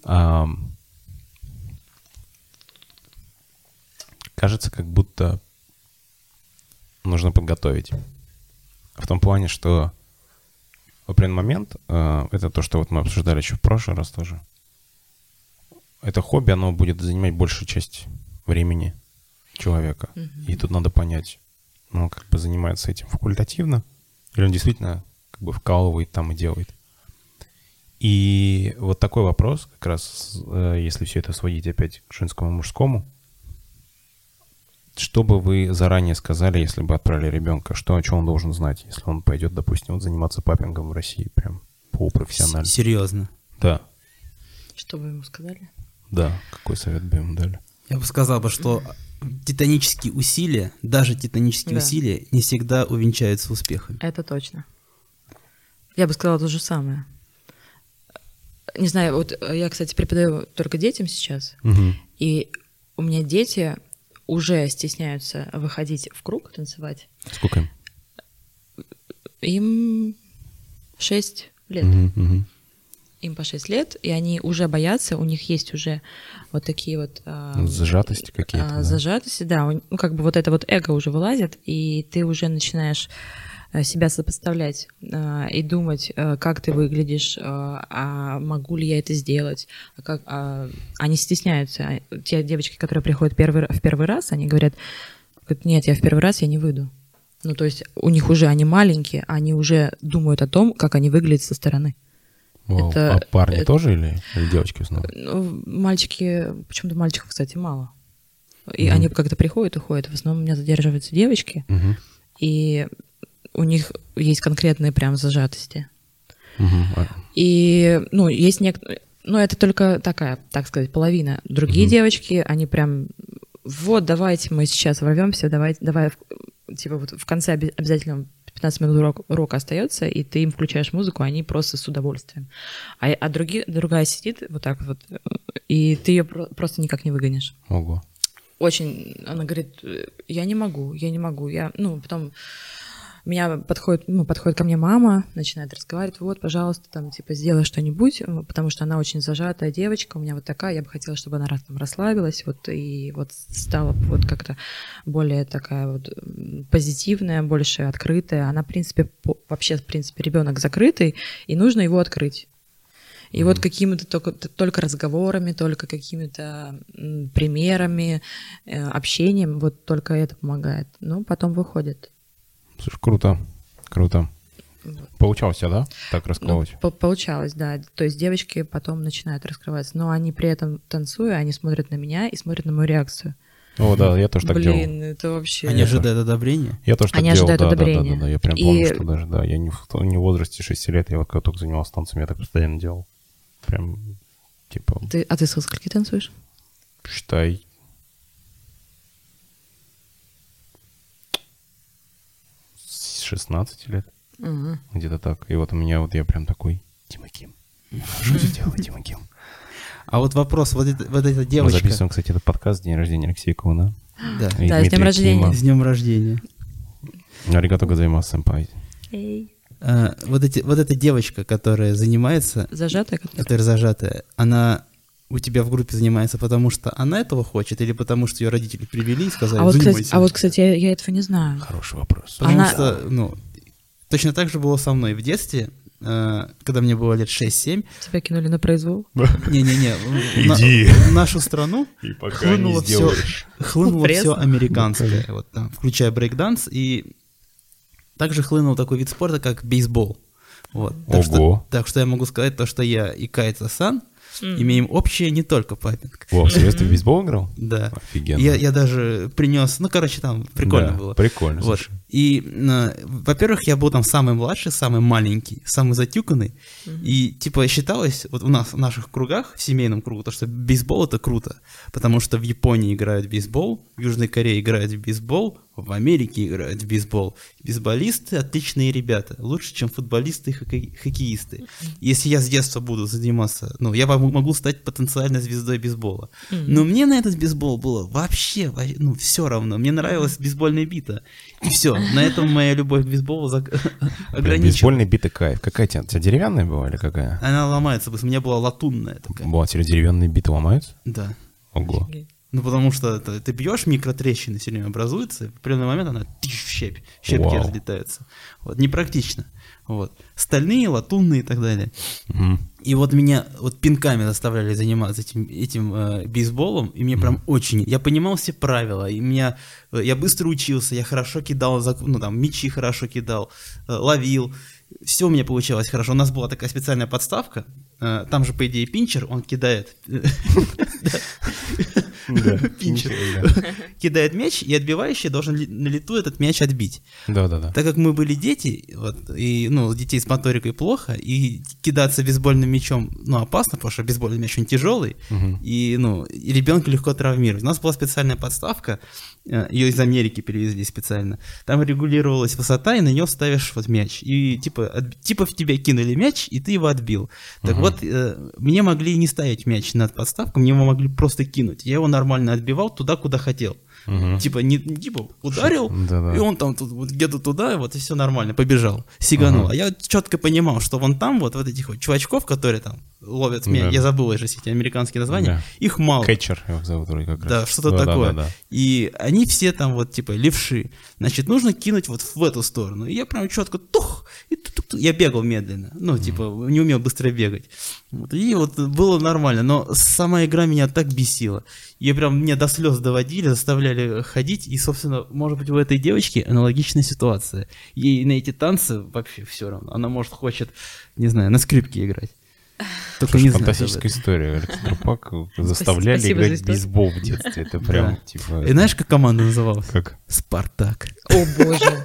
Кажется, как будто нужно подготовить. В том плане, что в определенный момент, это то, что вот мы обсуждали еще в прошлый раз тоже, это хобби, оно будет занимать большую часть времени человека. И тут надо понять, он как бы занимается этим факультативно, или он действительно как бы вкалывает там и делает. И вот такой вопрос, как раз, если все это сводить опять к женскому и мужскому, что бы вы заранее сказали, если бы отправили ребенка? Что он должен знать, если он пойдет, допустим, заниматься папингом в России прям полупрофессионально? Серьезно? Да. Что бы ему сказали? Да, какой совет бы ему дали? Я бы сказал, что титанические усилия, даже титанические усилия не всегда увенчаются успехом. Это точно. Я бы сказала то же самое. Не знаю, вот я, кстати, преподаю только детям сейчас, и у меня дети уже стесняются выходить в круг танцевать. Сколько им? Им 6 лет. Им по 6 лет, и они уже боятся, у них есть уже вот такие вот... Зажатости какие-то. Зажатости, да. Ну, как бы вот это вот эго уже вылазит, и ты уже начинаешь себя сопоставлять и думать, как ты выглядишь, а могу ли я это сделать. Они стесняются. Те девочки, которые приходят в первый раз, они говорят, нет, я в первый раз я не выйду. Ну, то есть у них уже, они маленькие, они уже думают о том, как они выглядят со стороны. А парни тоже или девочки в основном? Ну, мальчики, почему-то мальчиков, кстати, мало. И они как-то приходят, уходят. В основном у меня задерживаются девочки, и у них есть конкретные прям зажатости. И, ну, есть некоторые... Ну, это только такая, так сказать, половина. Другие девочки, они прям... Вот, давайте мы сейчас ворвемся, давай, типа вот в конце обязательно 15 минут урока остается, и ты им включаешь музыку, они просто с удовольствием. А другая сидит вот так вот, и ты ее просто никак не выгонишь. Ого. Очень, она говорит, я не могу. Потом меня подходит ко мне мама, начинает разговаривать, вот, пожалуйста, там, типа, сделай что-нибудь, потому что она очень зажатая девочка, у меня вот такая, я бы хотела, чтобы она там расслабилась, вот, и вот стала вот как-то более такая вот позитивная, больше открытая. Она, в принципе, ребенок закрытый, и нужно его открыть. И вот какими-то только разговорами, только какими-то примерами, общением, вот только это помогает. Ну, потом выходит. Слушай, круто. Вот. Получалось, да, так раскрывать? Ну, получалось, да. То есть девочки потом начинают раскрываться, но они при этом, танцуя, они смотрят на меня и смотрят на мою реакцию. О, да, я тоже так делал. Блин, это вообще... Они ожидают одобрения? Я тоже так делал, ожидают одобрения. Да. Я прям помню, что даже, да, я не в возрасте 6 лет, я вот когда только занимался танцами, я так постоянно делал. Прям, типа... Ты со скольки танцуешь? Считай... С 16 лет. Где-то так. И вот у меня вот я прям такой, Дима Ким. Что ты делаешь, Дима Ким? А вот вопрос, вот эта девочка... Мы записываем, кстати, этот подкаст, день рождения Алексея Куна. Да, с днем рождения. С днем рождения. Аригато годзаймасу, сэмпай. Вот эта девочка, которая занимается... Зажатая? Которая зажатая, она у тебя в группе занимается, потому что она этого хочет, или потому что ее родители привели и сказали, занимайся? А вот, кстати, я этого не знаю. Хороший вопрос. Потому что, ну, точно так же было со мной в детстве, когда мне было лет 6-7. Тебя кинули на произвол? Не-не-не. Иди. В нашу страну и пока не сделаешь. Хлынуло все американское, вот там, включая брейк-данс, и также хлынул такой вид спорта, как бейсбол. Вот. Так что я могу сказать то, что я и Кайта-сан имеем общее не только папинг. О, серьезно, ты в бейсбол играл? Да. Офигенно. Я даже принес, там прикольно было. Прикольно, вот. И, во-первых, я был там самый младший, самый маленький, самый затюканный. И, типа, считалось, вот у нас в наших кругах, в семейном кругу, то, что бейсбол — это круто. Потому что в Японии играют в бейсбол, в Южной Корее играют в бейсбол, в Америке играют в бейсбол. Бейсболисты — отличные ребята, лучше, чем футболисты и хоккеисты. Если я с детства буду заниматься, я могу стать потенциальной звездой бейсбола. Но мне на этот бейсбол было вообще, все равно. Мне нравилась бейсбольная бита. И все, на этом моя любовь к бейсболу ограничена. Бейсбольная бита кайф. Какая у тебя деревянная была или какая? Она ломается, у меня была латунная такая. Была, теперь деревянные биты ломаются? Да. Ого. Потому что ты бьешь, микротрещины все время образуются, и в определенный момент она щепки разлетаются. Вот, непрактично. Вот. Стальные, латунные и так далее. И вот меня пинками заставляли заниматься этим бейсболом, и мне прям очень... Я понимал все правила, и я быстро учился, я хорошо кидал, мячи хорошо кидал, ловил. Все у меня получалось хорошо. У нас была такая специальная подставка. Там же, по идее, пинчер, он кидает. пинчер, кидает мяч, и отбивающий должен на лету этот мяч отбить. Да. Так как мы были дети, вот, и, ну, детей с моторикой плохо, и кидаться бейсбольным мячом, ну, опасно, потому что бейсбольный мяч, он тяжелый, и, ну, и ребенка легко травмировать. У нас была специальная подставка, ее из Америки перевезли специально. Там регулировалась высота, и на нее ставишь вот мяч. И типа в тебя кинули мяч, и ты его отбил. Так вот, мне могли не ставить мяч над подставку, мне его могли просто кинуть. Я его нормально отбивал туда, куда хотел. Типа, не типа ударил, и он там тут, вот, где-то туда, вот, и все нормально, побежал, сиганул. А я четко понимал, что вон там, вот этих вот чувачков, которые там ловят мяч, я забыл уже эти американские названия, их мало. Кэтчер его зовут вроде как раз. Да, что-то такое. И они все там вот, типа, левши. Значит, нужно кинуть вот в эту сторону. И я прям четко тух, и тух-тух-тух. Я бегал медленно, ну, типа, не умел быстро бегать. Вот, и вот было нормально, но сама игра меня так бесила. Ее прям меня до слез доводили, заставляли ходить, и, собственно, может быть, у этой девочки аналогичная ситуация. Ей на эти танцы вообще все равно. Она, может, хочет, не знаю, на скрипке играть. Только не фантастическая история. Александр Пак заставляли играть в бейсбол в детстве. Это прям, типа... И знаешь, как команда называлась? Как? Спартак. О, боже.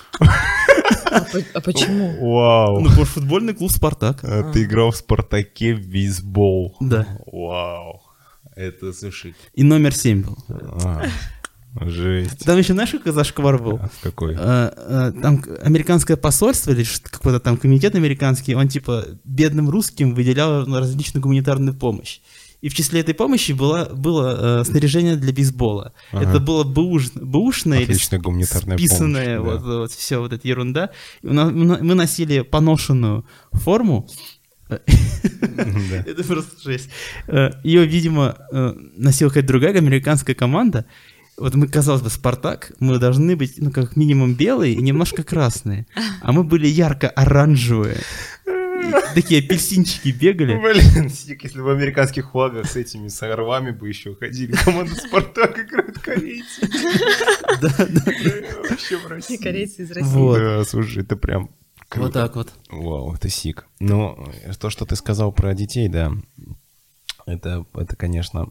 А почему? Вау. Ну, потому что футбольный клуб «Спартак». Ты играл в «Спартаке» в бейсбол. Да. Вау. Это, слушай... И номер 7 был. Жесть. Там еще, знаешь, какой зашквар был? Какой? Там американское посольство или какой-то там комитет американский, он типа бедным русским выделял различную гуманитарную помощь. И в числе этой помощи было снаряжение для бейсбола. Это было бэушное или списанное, вот все вот эта ерунда. Мы носили поношенную форму. Это просто жесть. Ее, видимо, носила какая-то другая американская команда. Вот мы, казалось бы, «Спартак», мы должны быть, ну, как минимум белые и немножко красные. А мы были ярко-оранжевые. Такие апельсинчики бегали. Блин, если в американских флагах с этими с орлами бы еще ходили, команда «Спартак» играют корейцы. Да. Вообще в России. Корейцы из России. Да, слушай, это прям круто. Вот так вот. Вау, это сик. Ну, то, что ты сказал про детей, да, это конечно...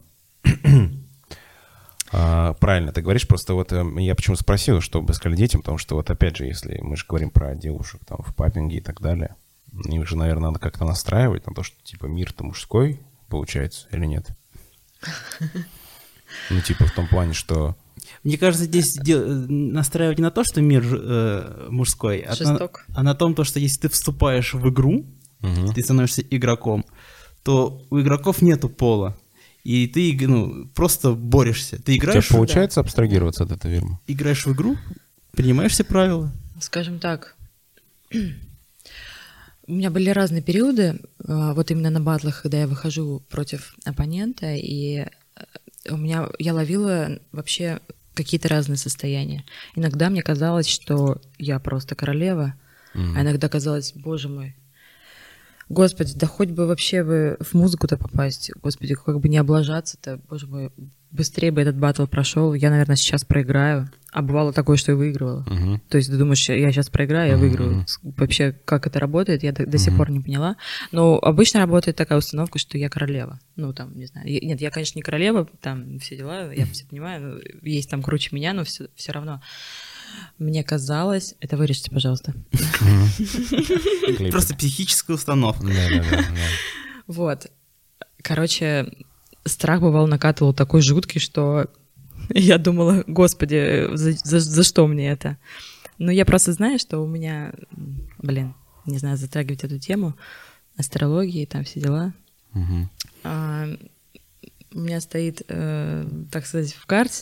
Правильно, ты говоришь, просто вот я почему спросил, чтобы сказали детям, потому что вот опять же, если мы же говорим про девушек там в папинге и так далее, их же, наверное, надо как-то настраивать на то, что типа мир-то мужской, получается, или нет? Ну, типа в том плане, что... Мне кажется, здесь настраивать не на то, что мир мужской, а на том, что если ты вступаешь в игру, ты становишься игроком, то у игроков нету пола. И ты, ну, просто борешься. Ты играешь... У тебя получается абстрагироваться от этого мира? Играешь в игру, принимаешь все правила. Скажем так, у меня были разные периоды, вот именно на батлах, когда я выхожу против оппонента, и я ловила вообще какие-то разные состояния. Иногда мне казалось, что я просто королева, а иногда казалось, боже мой, Господи, да хоть бы вообще бы в музыку-то попасть. Господи, как бы не облажаться-то. Боже мой, быстрее бы этот баттл прошел. Я, наверное, сейчас проиграю. А бывало такое, что и выигрывала. То есть ты думаешь, я сейчас проиграю, я выиграю. Вообще, как это работает, я до сих пор не поняла. Но обычно работает такая установка, что я королева. Ну, там, не знаю. Нет, я, конечно, не королева, там все дела, я все понимаю. Есть там круче меня, но все равно. Мне казалось... Это вырежьте, пожалуйста. Просто психическая установка. Вот. Короче, страх бывал накатывал такой жуткий, что я думала, господи, за что мне это? Но я просто знаю, что у меня... не знаю, затрагивать эту тему. Астрологии, там все дела. У меня стоит, так сказать, в карте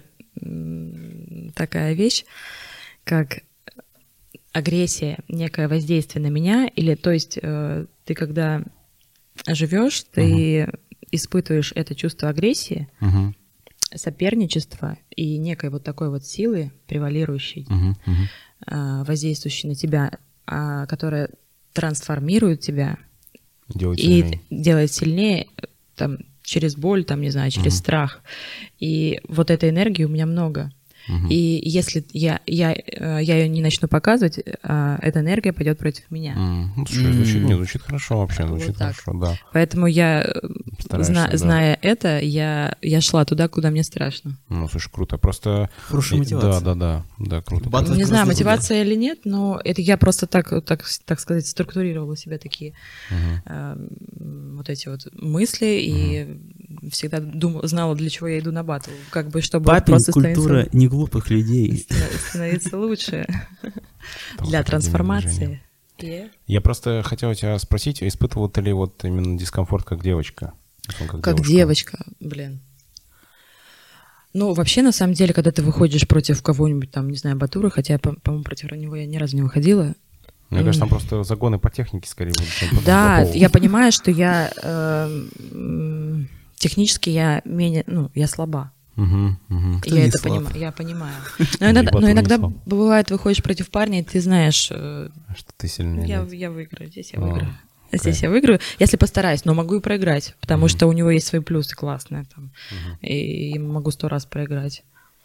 такая вещь, как агрессия, некое воздействие на меня, или, то есть, ты когда живешь, ты испытываешь это чувство агрессии, соперничества и некой вот такой вот силы, превалирующей, воздействующей на тебя, которая трансформирует тебя и делает сильнее, там, через боль, там, не знаю, через страх. И вот этой энергии у меня много. И если я ее не начну показывать, эта энергия пойдет против меня. Звучит хорошо вообще, звучит вот хорошо, да. Поэтому я зная это, я шла туда, куда мне страшно. Ну, слушай, круто. Просто... Хорошая мотивация. Да, круто. Не знаю, мотивация или нет, но это я просто так сказать, структурировала себе такие вот эти вот мысли и всегда знала, для чего я иду на батл. Как бы, чтобы Папин просто культура не глупых людей. становиться лучше для трансформации. Я просто хотел тебя спросить, испытывал ты ли вот именно дискомфорт как девочка? Как девочка, блин. Ну, вообще, на самом деле, когда ты выходишь против кого-нибудь, там, не знаю, Батура, хотя, по-моему, против него я ни разу не выходила. Мне кажется, там просто загоны по технике скорее будут. Да, я понимаю, что я технически я менее, ну, я слаба. Я это понимаю, я понимаю. Но иногда бывает, выходишь против парня, и ты знаешь, что ты сильнее. Я выиграю, здесь я выиграю. Здесь я выиграю, если постараюсь, но могу и проиграть, потому что у него есть свои плюсы классные там, и могу 100 раз проиграть.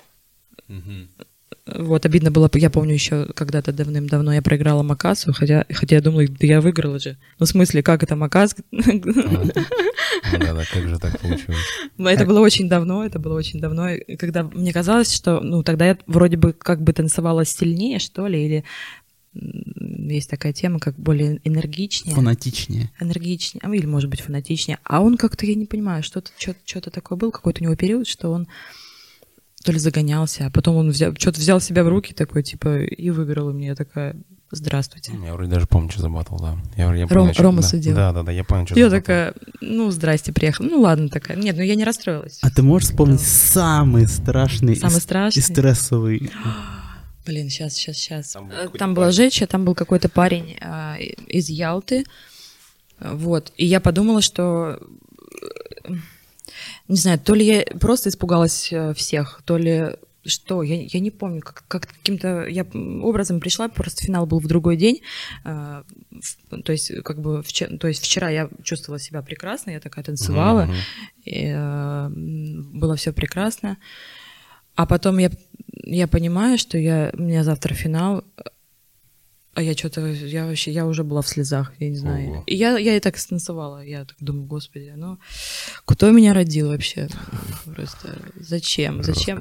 Вот, обидно было, я помню еще когда-то давным-давно я проиграла Макасу, хотя я думала, да я выиграла же. Ну, в смысле, как это Макас? Да, как же так получилось? Это было очень давно, когда мне казалось, что, ну, тогда я вроде бы как бы танцевала сильнее, что ли, или есть такая тема, как более энергичнее. Фанатичнее. Или, может быть, фанатичнее. А он как-то, я не понимаю, что-то такое был, какой-то у него период, что он то ли загонялся, а потом он взял себя в руки такой, типа, и выиграл, и мне я такая, здравствуйте. Я вроде даже помню, что за батл, да. Рома судил. Да, я помню, что я такая, ну, здрасте, приехала. Ну, ладно, такая. Нет, ну я не расстроилась. А ты можешь вспомнить самый страшный и стрессовый? Блин, сейчас. Там была Жеча, там был какой-то парень из Ялты. Вот. И я подумала, что... Не знаю, то ли я просто испугалась всех, то ли что, я не помню, как каким-то я образом пришла, просто финал был в другой день, то есть как бы вчера я чувствовала себя прекрасно, я такая танцевала, и, было все прекрасно, а потом я понимаю, что у меня завтра финал. А я уже была в слезах, я не знаю. И я и так станцевала. Я так думаю, господи, ну, кто меня родил вообще? Просто зачем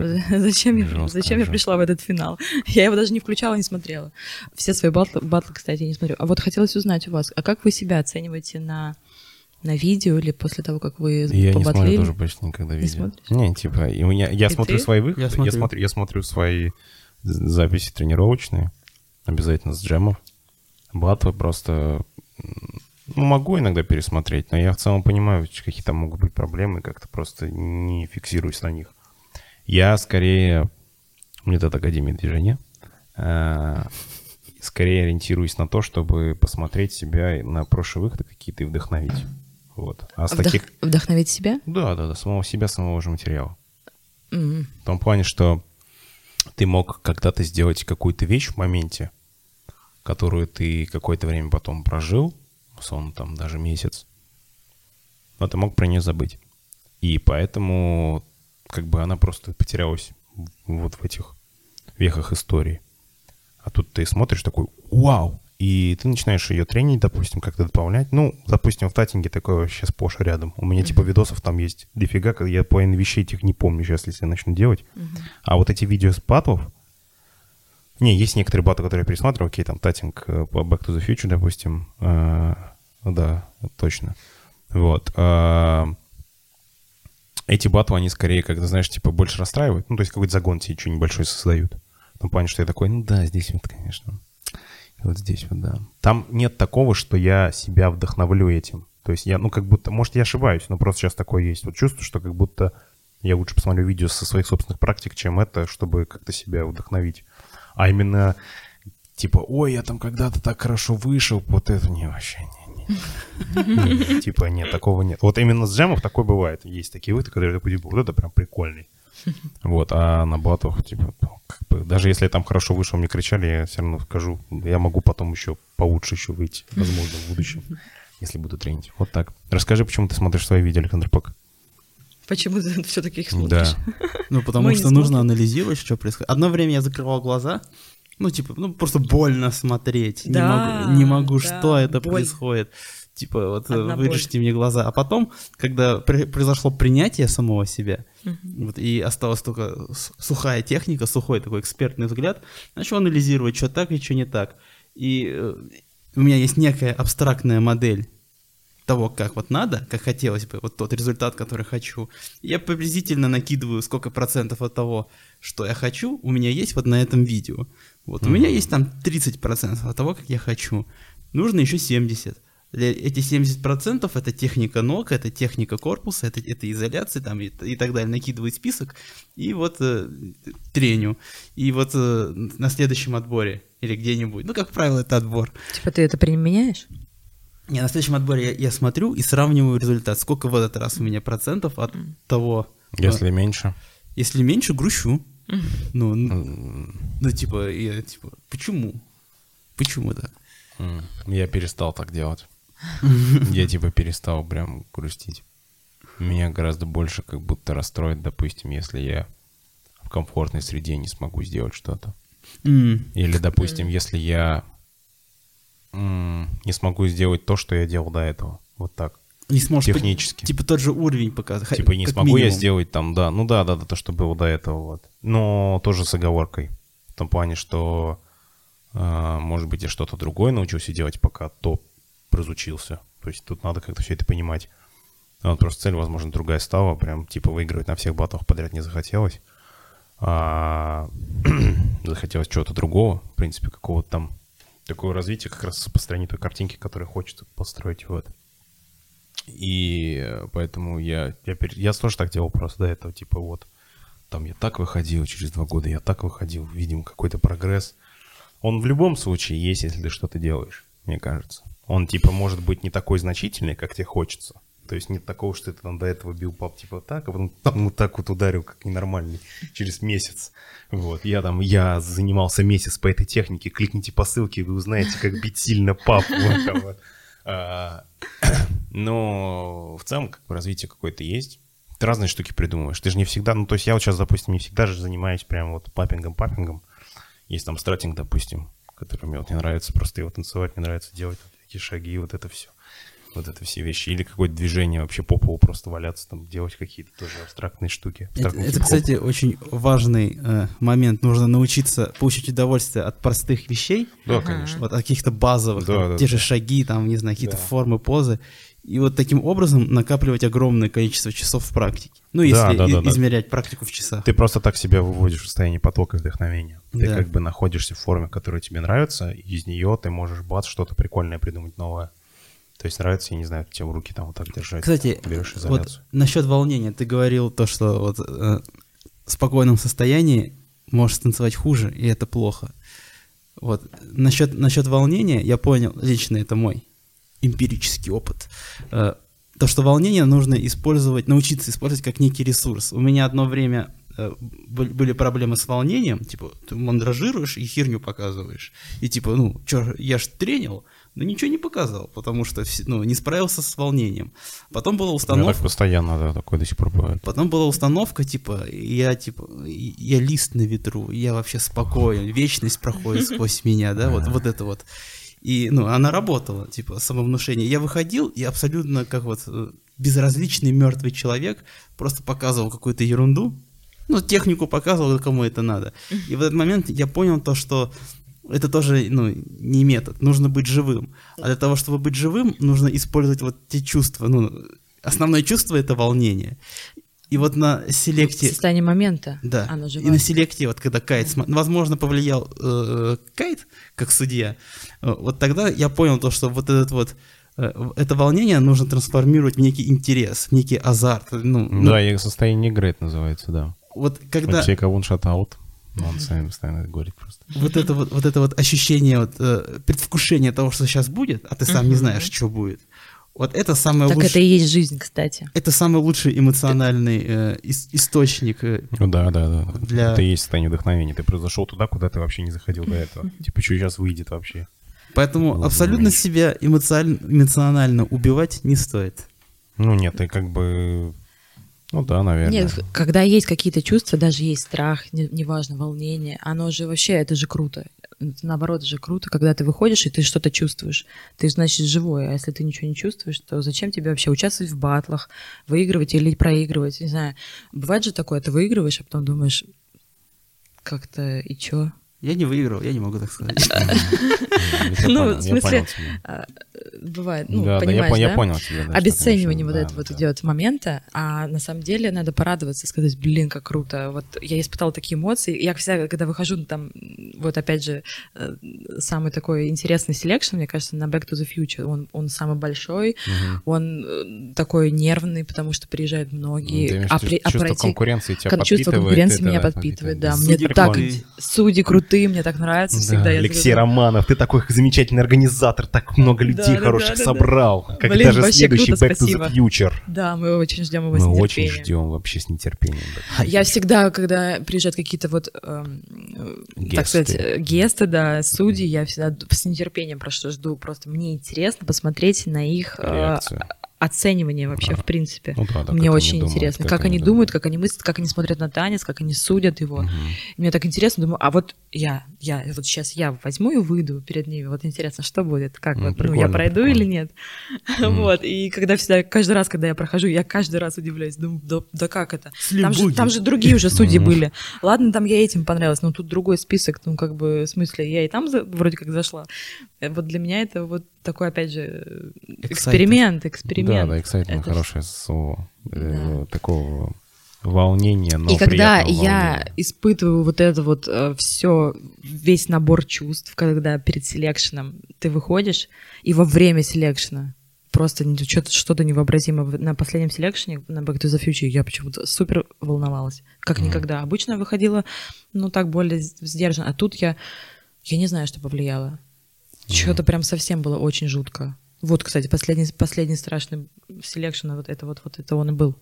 я пришла в этот финал? Я его даже не включала, не смотрела. Все свои батлы, кстати, не смотрю. А вот хотелось узнать у вас, а как вы себя оцениваете на видео или после того, как вы побатлили? Я не смотрю тоже почти никогда видео. Не, типа, я смотрю свои выходы, я смотрю свои записи тренировочные. Обязательно с джемов. Батлы просто... Ну, могу иногда пересмотреть, но я в целом понимаю, какие там могут быть проблемы, как-то просто не фиксируюсь на них. Я скорее... Метод Академии движения. Скорее ориентируюсь на то, чтобы посмотреть себя на прошлые выходы какие-то и вдохновить. Вот. А с таких... Вдохновить себя? Да, самого себя, самого же материала. В том плане, что ты мог когда-то сделать какую-то вещь в моменте, которую ты какое-то время потом прожил, условно, там даже месяц, но ты мог про нее забыть. И поэтому как бы она просто потерялась вот в этих вехах истории. А тут ты смотришь такой, вау! И ты начинаешь ее тренить, допустим, как-то дополнять. Ну, допустим, в татинге такое вообще сплошь рядом. У меня типа видосов там есть дофига, когда я половину вещей этих не помню сейчас, если я начну делать. А вот эти видео с батлов... Не, есть некоторые батлы, которые я пересматривал. Окей, там татинг по Back to the Future, допустим. Да, точно. Вот. Эти батлы, они скорее, когда, знаешь, типа больше расстраивают. Ну, то есть какой-то загон тебе что небольшой создают. В том плане, что я такой, ну да, здесь вот, конечно... Вот здесь вот, да. Там нет такого, что я себя вдохновлю этим. То есть я, ну, как будто, может, я ошибаюсь, но просто сейчас такое есть. Вот чувство, что как будто я лучше посмотрю видео со своих собственных практик, чем это, чтобы как-то себя вдохновить. А именно, типа, ой, я там когда-то так хорошо вышел, вот это не вообще, не. Типа, нет, такого нет. Вот именно с джемов такое бывает. Есть такие выходы, которые такой, типа, вот это прям прикольный. Вот, а на батлах, типа, как бы, даже если я там хорошо вышел, мне кричали, я все равно скажу, я могу потом еще получше еще выйти, возможно, в будущем, если буду тренить. Вот так. Расскажи, почему ты смотришь свои видео, Александр Пак? Почему ты все-таки их смотришь? Да. Ну, потому что нужно анализировать, что происходит. Одно время я закрывал глаза, ну, типа, ну, просто больно смотреть. Да, не могу, что это происходит. типа вот Одна вырежьте мне глаза. А потом, когда произошло принятие самого себя, вот, и осталась только сухая техника, сухой такой экспертный взгляд, начал анализировать, что так и что не так. И у меня есть некая абстрактная модель того, как вот надо, как хотелось бы, вот тот результат, который хочу. Я приблизительно накидываю сколько процентов от того, что я хочу, у меня есть вот на этом видео. Вот у меня есть там 30% от того, как я хочу. Нужно еще 70%. Эти 70% это техника ног, это техника корпуса, это изоляция там, и так далее. Накидываю список и вот треню. И вот на следующем отборе или где-нибудь, ну, как правило, это отбор. Типа ты это применяешь? Не, на следующем отборе я смотрю и сравниваю результат. Сколько в этот раз у меня процентов от того... Если меньше? Если меньше, грущу. Ну, типа, я, типа, почему? Почему так? Я перестал так делать. Я, типа, перестал прям грустить. Меня гораздо больше как будто расстроит, допустим, если я в комфортной среде не смогу сделать что-то. Или, допустим, если я не смогу сделать то, что я делал до этого. Вот так. Не сможешь технически. Типа тот же уровень показать. Типа не смогу минимум. Я сделать там, да. Ну да, то, что было до этого. Вот. Но тоже с оговоркой. В том плане, что может быть я что-то другое научился делать, пока то разучился. То есть тут надо как-то все это понимать. Вот просто цель, возможно, другая стала. Прям типа выигрывать на всех батлах подряд не захотелось. Захотелось чего-то другого. В принципе, какого-то там такое развитие как раз по стороне той картинки, которую хочется построить. Вот. И поэтому я тоже так делал просто до этого. Типа вот, там я так выходил, через 2 года я так выходил. Видим какой-то прогресс. Он в любом случае есть, если ты что-то делаешь, мне кажется. Он типа может быть не такой значительный, как тебе хочется. То есть нет такого, что ты там до этого бил пап типа так, а потом там вот так вот ударил, как ненормальный, через месяц. Вот, я занимался месяц по этой технике, кликните по ссылке, вы узнаете, как бить сильно пап. Вот. Но в целом как бы развитие какое-то есть. Ты разные штуки придумываешь. Ты же не всегда, ну то есть я вот сейчас, допустим, не всегда же занимаюсь прям вот паппингом. Есть там стратинг, допустим, который мне вот не нравится, просто его танцевать, мне нравится делать вот такие шаги, вот это все. Вот это все вещи. Или какое-то движение вообще по полу просто валяться, там делать какие-то тоже абстрактные штуки. Это, кстати, очень важный момент. Нужно научиться получить удовольствие от простых вещей. Да, конечно. Вот от каких-то базовых, те же шаги, там, не знаю, какие-то формы, позы. И вот таким образом накапливать огромное количество часов в практике. Ну, если измерять практику в часах. Ты просто так себя выводишь в состояние потока вдохновения. Ты как бы находишься в форме, которая тебе нравится, и из нее ты можешь что-то прикольное придумать новое. То есть нравится, я не знаю, тебе руки там вот так держать. Кстати, вот насчет волнения, ты говорил то, что вот в спокойном состоянии можешь танцевать хуже, и это плохо. Вот насчет волнения я понял, лично это мой эмпирический опыт. То, что волнение нужно научиться использовать как некий ресурс. У меня одно время были проблемы с волнением, типа ты мандражируешь и херню показываешь. И типа, ну, чё, я ж тренил, но ничего не показал, потому что не справился с волнением. Потом была установка... У меня так постоянно, да, такое до сих пор бывает. Потом была установка, я лист на ветру, я вообще спокоен, вечность проходит сквозь меня, да, вот это вот. И, она работала, типа, самовнушение. Я выходил и абсолютно как вот безразличный мертвый человек просто показывал какую-то ерунду, технику показывал, кому это надо. И в этот момент я понял то, что это тоже, не метод. Нужно быть живым. А для того, чтобы быть живым, нужно использовать вот те чувства. Основное чувство — это волнение. И вот на селекте... Состояние момента. Да. Оно живое. И на селекте, вот когда Кайт, возможно, повлиял Кайт, как судья, вот тогда я понял то, что вот это волнение нужно трансформировать в некий интерес, в некий азарт. Да, и состояние игры это называется, да. Вот когда... Take one shot out. Он сами постоянно говорит просто. Вот это ощущение, предвкушение того, что сейчас будет, а ты сам не знаешь, что будет. Вот это самое лучшее. Так это и есть жизнь, кстати. Это самый лучший эмоциональный источник. Да. Это и есть состояние вдохновения. Ты произошел туда, куда ты вообще не заходил до этого. Типа, что сейчас выйдет вообще? Поэтому абсолютно себя эмоционально убивать не стоит. Нет, ты как бы... да, наверное. Нет, когда есть какие-то чувства, даже есть страх, неважно, волнение, оно же вообще, это же круто. наоборот же круто, когда ты выходишь, и ты что-то чувствуешь. Ты, значит, живой. А если ты ничего не чувствуешь, то зачем тебе вообще участвовать в баттлах, выигрывать или проигрывать? Не знаю. Бывает же такое, ты выигрываешь, а потом думаешь, как-то и чё? Я не выиграл, я не могу так сказать. Ну, в смысле, бывает, ну, понимаешь, я понял тебя. Обесценивание вот этого вот идет момента, а на самом деле надо порадоваться, сказать, блин, как круто. Вот я испытала такие эмоции. Я всегда, когда выхожу, там, вот опять же, самый такой интересный селекшн, мне кажется, на Back to the Future. Он самый большой, он такой нервный, потому что приезжают многие. Чувство конкуренции тебя подпитывает. Чувство конкуренции меня подпитывает, да. Мне так судьи крутые, мне так нравится всегда. Алексей Романов, ты такой замечательный организатор, так много людей хороших собрал. Как даже следующий Back to the Future. Да, мы очень ждем его с нетерпением. Мы очень ждем вообще с нетерпением. Я всегда, когда приезжают какие-то вот, так сказать, гесты, да, судьи, я всегда с нетерпением просто жду. Просто мне интересно посмотреть на их оценивание вообще, в принципе. Ну, да, мне очень интересно, как они думают, как они мыслят, как они смотрят на танец, как они судят его. Мне так интересно, думаю, а вот я вот сейчас я возьму и выйду перед ними, вот интересно, что будет, как вот, я пройду или нет. Вот, и когда всегда, каждый раз, когда я прохожу, я каждый раз удивляюсь, думаю, да как это? Там же другие уже судьи были. Ладно, там я этим понравилась, но тут другой список, ну, как бы, в смысле, я и там вроде как зашла. Вот для меня это вот такой, опять же, эксперимент. Да, excitement, хорошее слово. Такого волнения, но и когда приятного я волнения. испытываю вот это вот все, весь набор чувств, когда перед селекшеном ты выходишь, и во время селекшена просто что-то невообразимое. На последнем селекшене, на Back to the Future, я почему-то супер волновалась, как никогда. Обычно выходила, ну, так более сдержанно, а тут я не знаю, что повлияло. Что-то прям совсем было очень жутко. Вот, кстати, последний страшный селекшн, вот это он и был.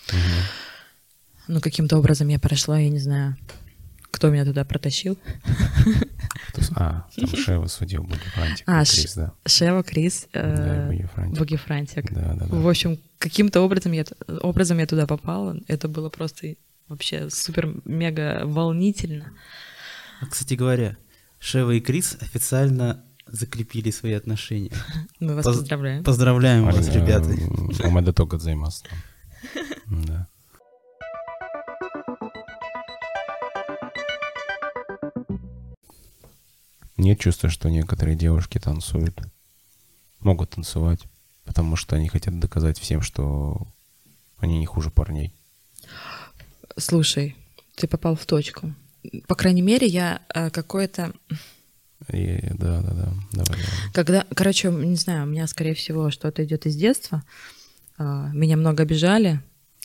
Ну, каким-то образом я прошла, я не знаю, кто меня туда протащил. Там Шева судил, Буги Франтик, Крис, да. Шева, Крис, Буги Франтик. Да. В общем, каким-то образом я туда попала. Это было просто вообще супер-мега волнительно. Кстати говоря, Шева и Крис официально закрепили свои отношения. Мы вас поздравляем. Поздравляем вас, ребята. Умеда только займаться. Да. Нет чувства, что некоторые девушки танцуют, могут танцевать, потому что они хотят доказать всем, что они не хуже парней. Слушай, ты попал в точку. По крайней мере, я какое-то... Да. Давай. Короче, не знаю, у меня, скорее всего, что-то идет из детства. Меня много обижали.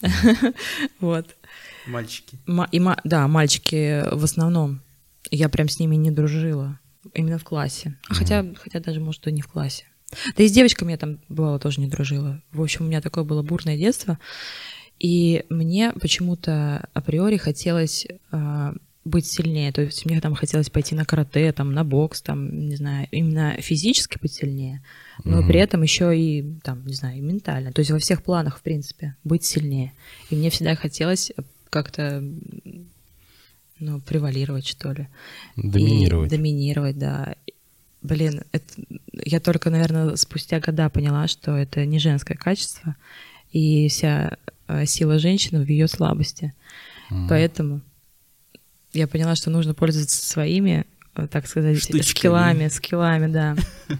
Вот. Мальчики. Да, мальчики в основном. Я прям с ними не дружила. Именно в классе. Хотя даже, может, и не в классе. Да и с девочками я там, бывало, тоже не дружила. В общем, у меня такое было бурное детство. И мне почему-то априори хотелось... быть сильнее, то есть мне там хотелось пойти на карате, там, на бокс, там, не знаю, именно физически быть сильнее, но при этом еще и, там, не знаю, и ментально, то есть во всех планах, в принципе, быть сильнее. И мне всегда хотелось как-то, ну, превалировать, что ли. Доминировать, да. Блин, я только, наверное, спустя года поняла, что это не женское качество, и вся сила женщины в ее слабости. Поэтому я поняла, что нужно пользоваться своими, так сказать, скиллами, да.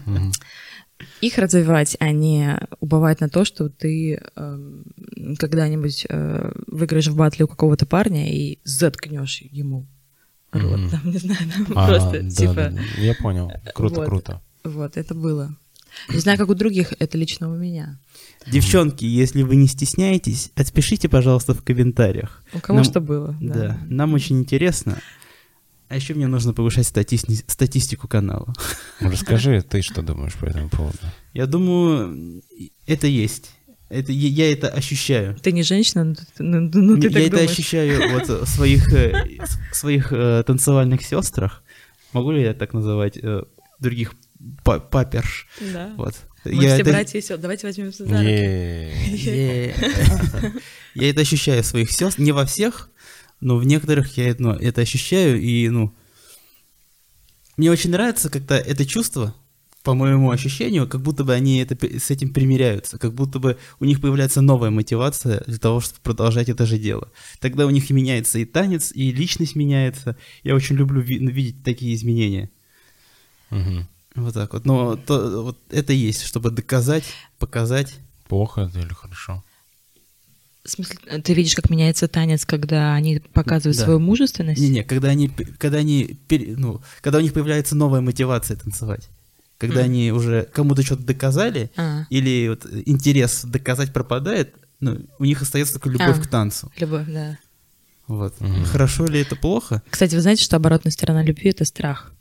Их развивать, а не уповать на то, что ты когда-нибудь выиграешь в баттле у какого-то парня и заткнешь ему рот, там, не знаю, просто типа... Да. Я понял, круто. Вот, это было. Не знаю, как у других, это лично у меня. Девчонки, если вы не стесняетесь, отпишите, пожалуйста, в комментариях. У кого что было. Да, нам очень интересно. А еще мне нужно повышать статистику канала. Расскажи, ты что думаешь по этому поводу? Я думаю, это есть. Я это ощущаю. Ты не женщина, но ты так думаешь. Я это ощущаю вот в своих танцевальных сестрах. Могу ли я так называть других паперш? Да. Вот. Мы все братья и сестры. Давайте возьмем за руки. Я это ощущаю в своих сестр, не во всех, но в некоторых я это ощущаю, и, ну, Мне очень нравится как-то это чувство, по моему ощущению, как будто бы они с этим примиряются, как будто бы у них появляется новая мотивация для того, чтобы продолжать это же дело. Тогда у них и меняется и танец, и личность меняется. Я очень люблю видеть такие изменения. Угу. Вот так вот. Но вот это есть, чтобы доказать, показать. Плохо это или хорошо? В смысле, ты видишь, как меняется танец, когда они показывают свою мужественность? Не-не, когда у них появляется новая мотивация танцевать. Когда они уже кому-то что-то доказали, или вот интерес доказать пропадает, у них остается только любовь к танцу. Любовь, да. Вот. Хорошо ли это, плохо? Кстати, вы знаете, что оборотная сторона любви — это страх?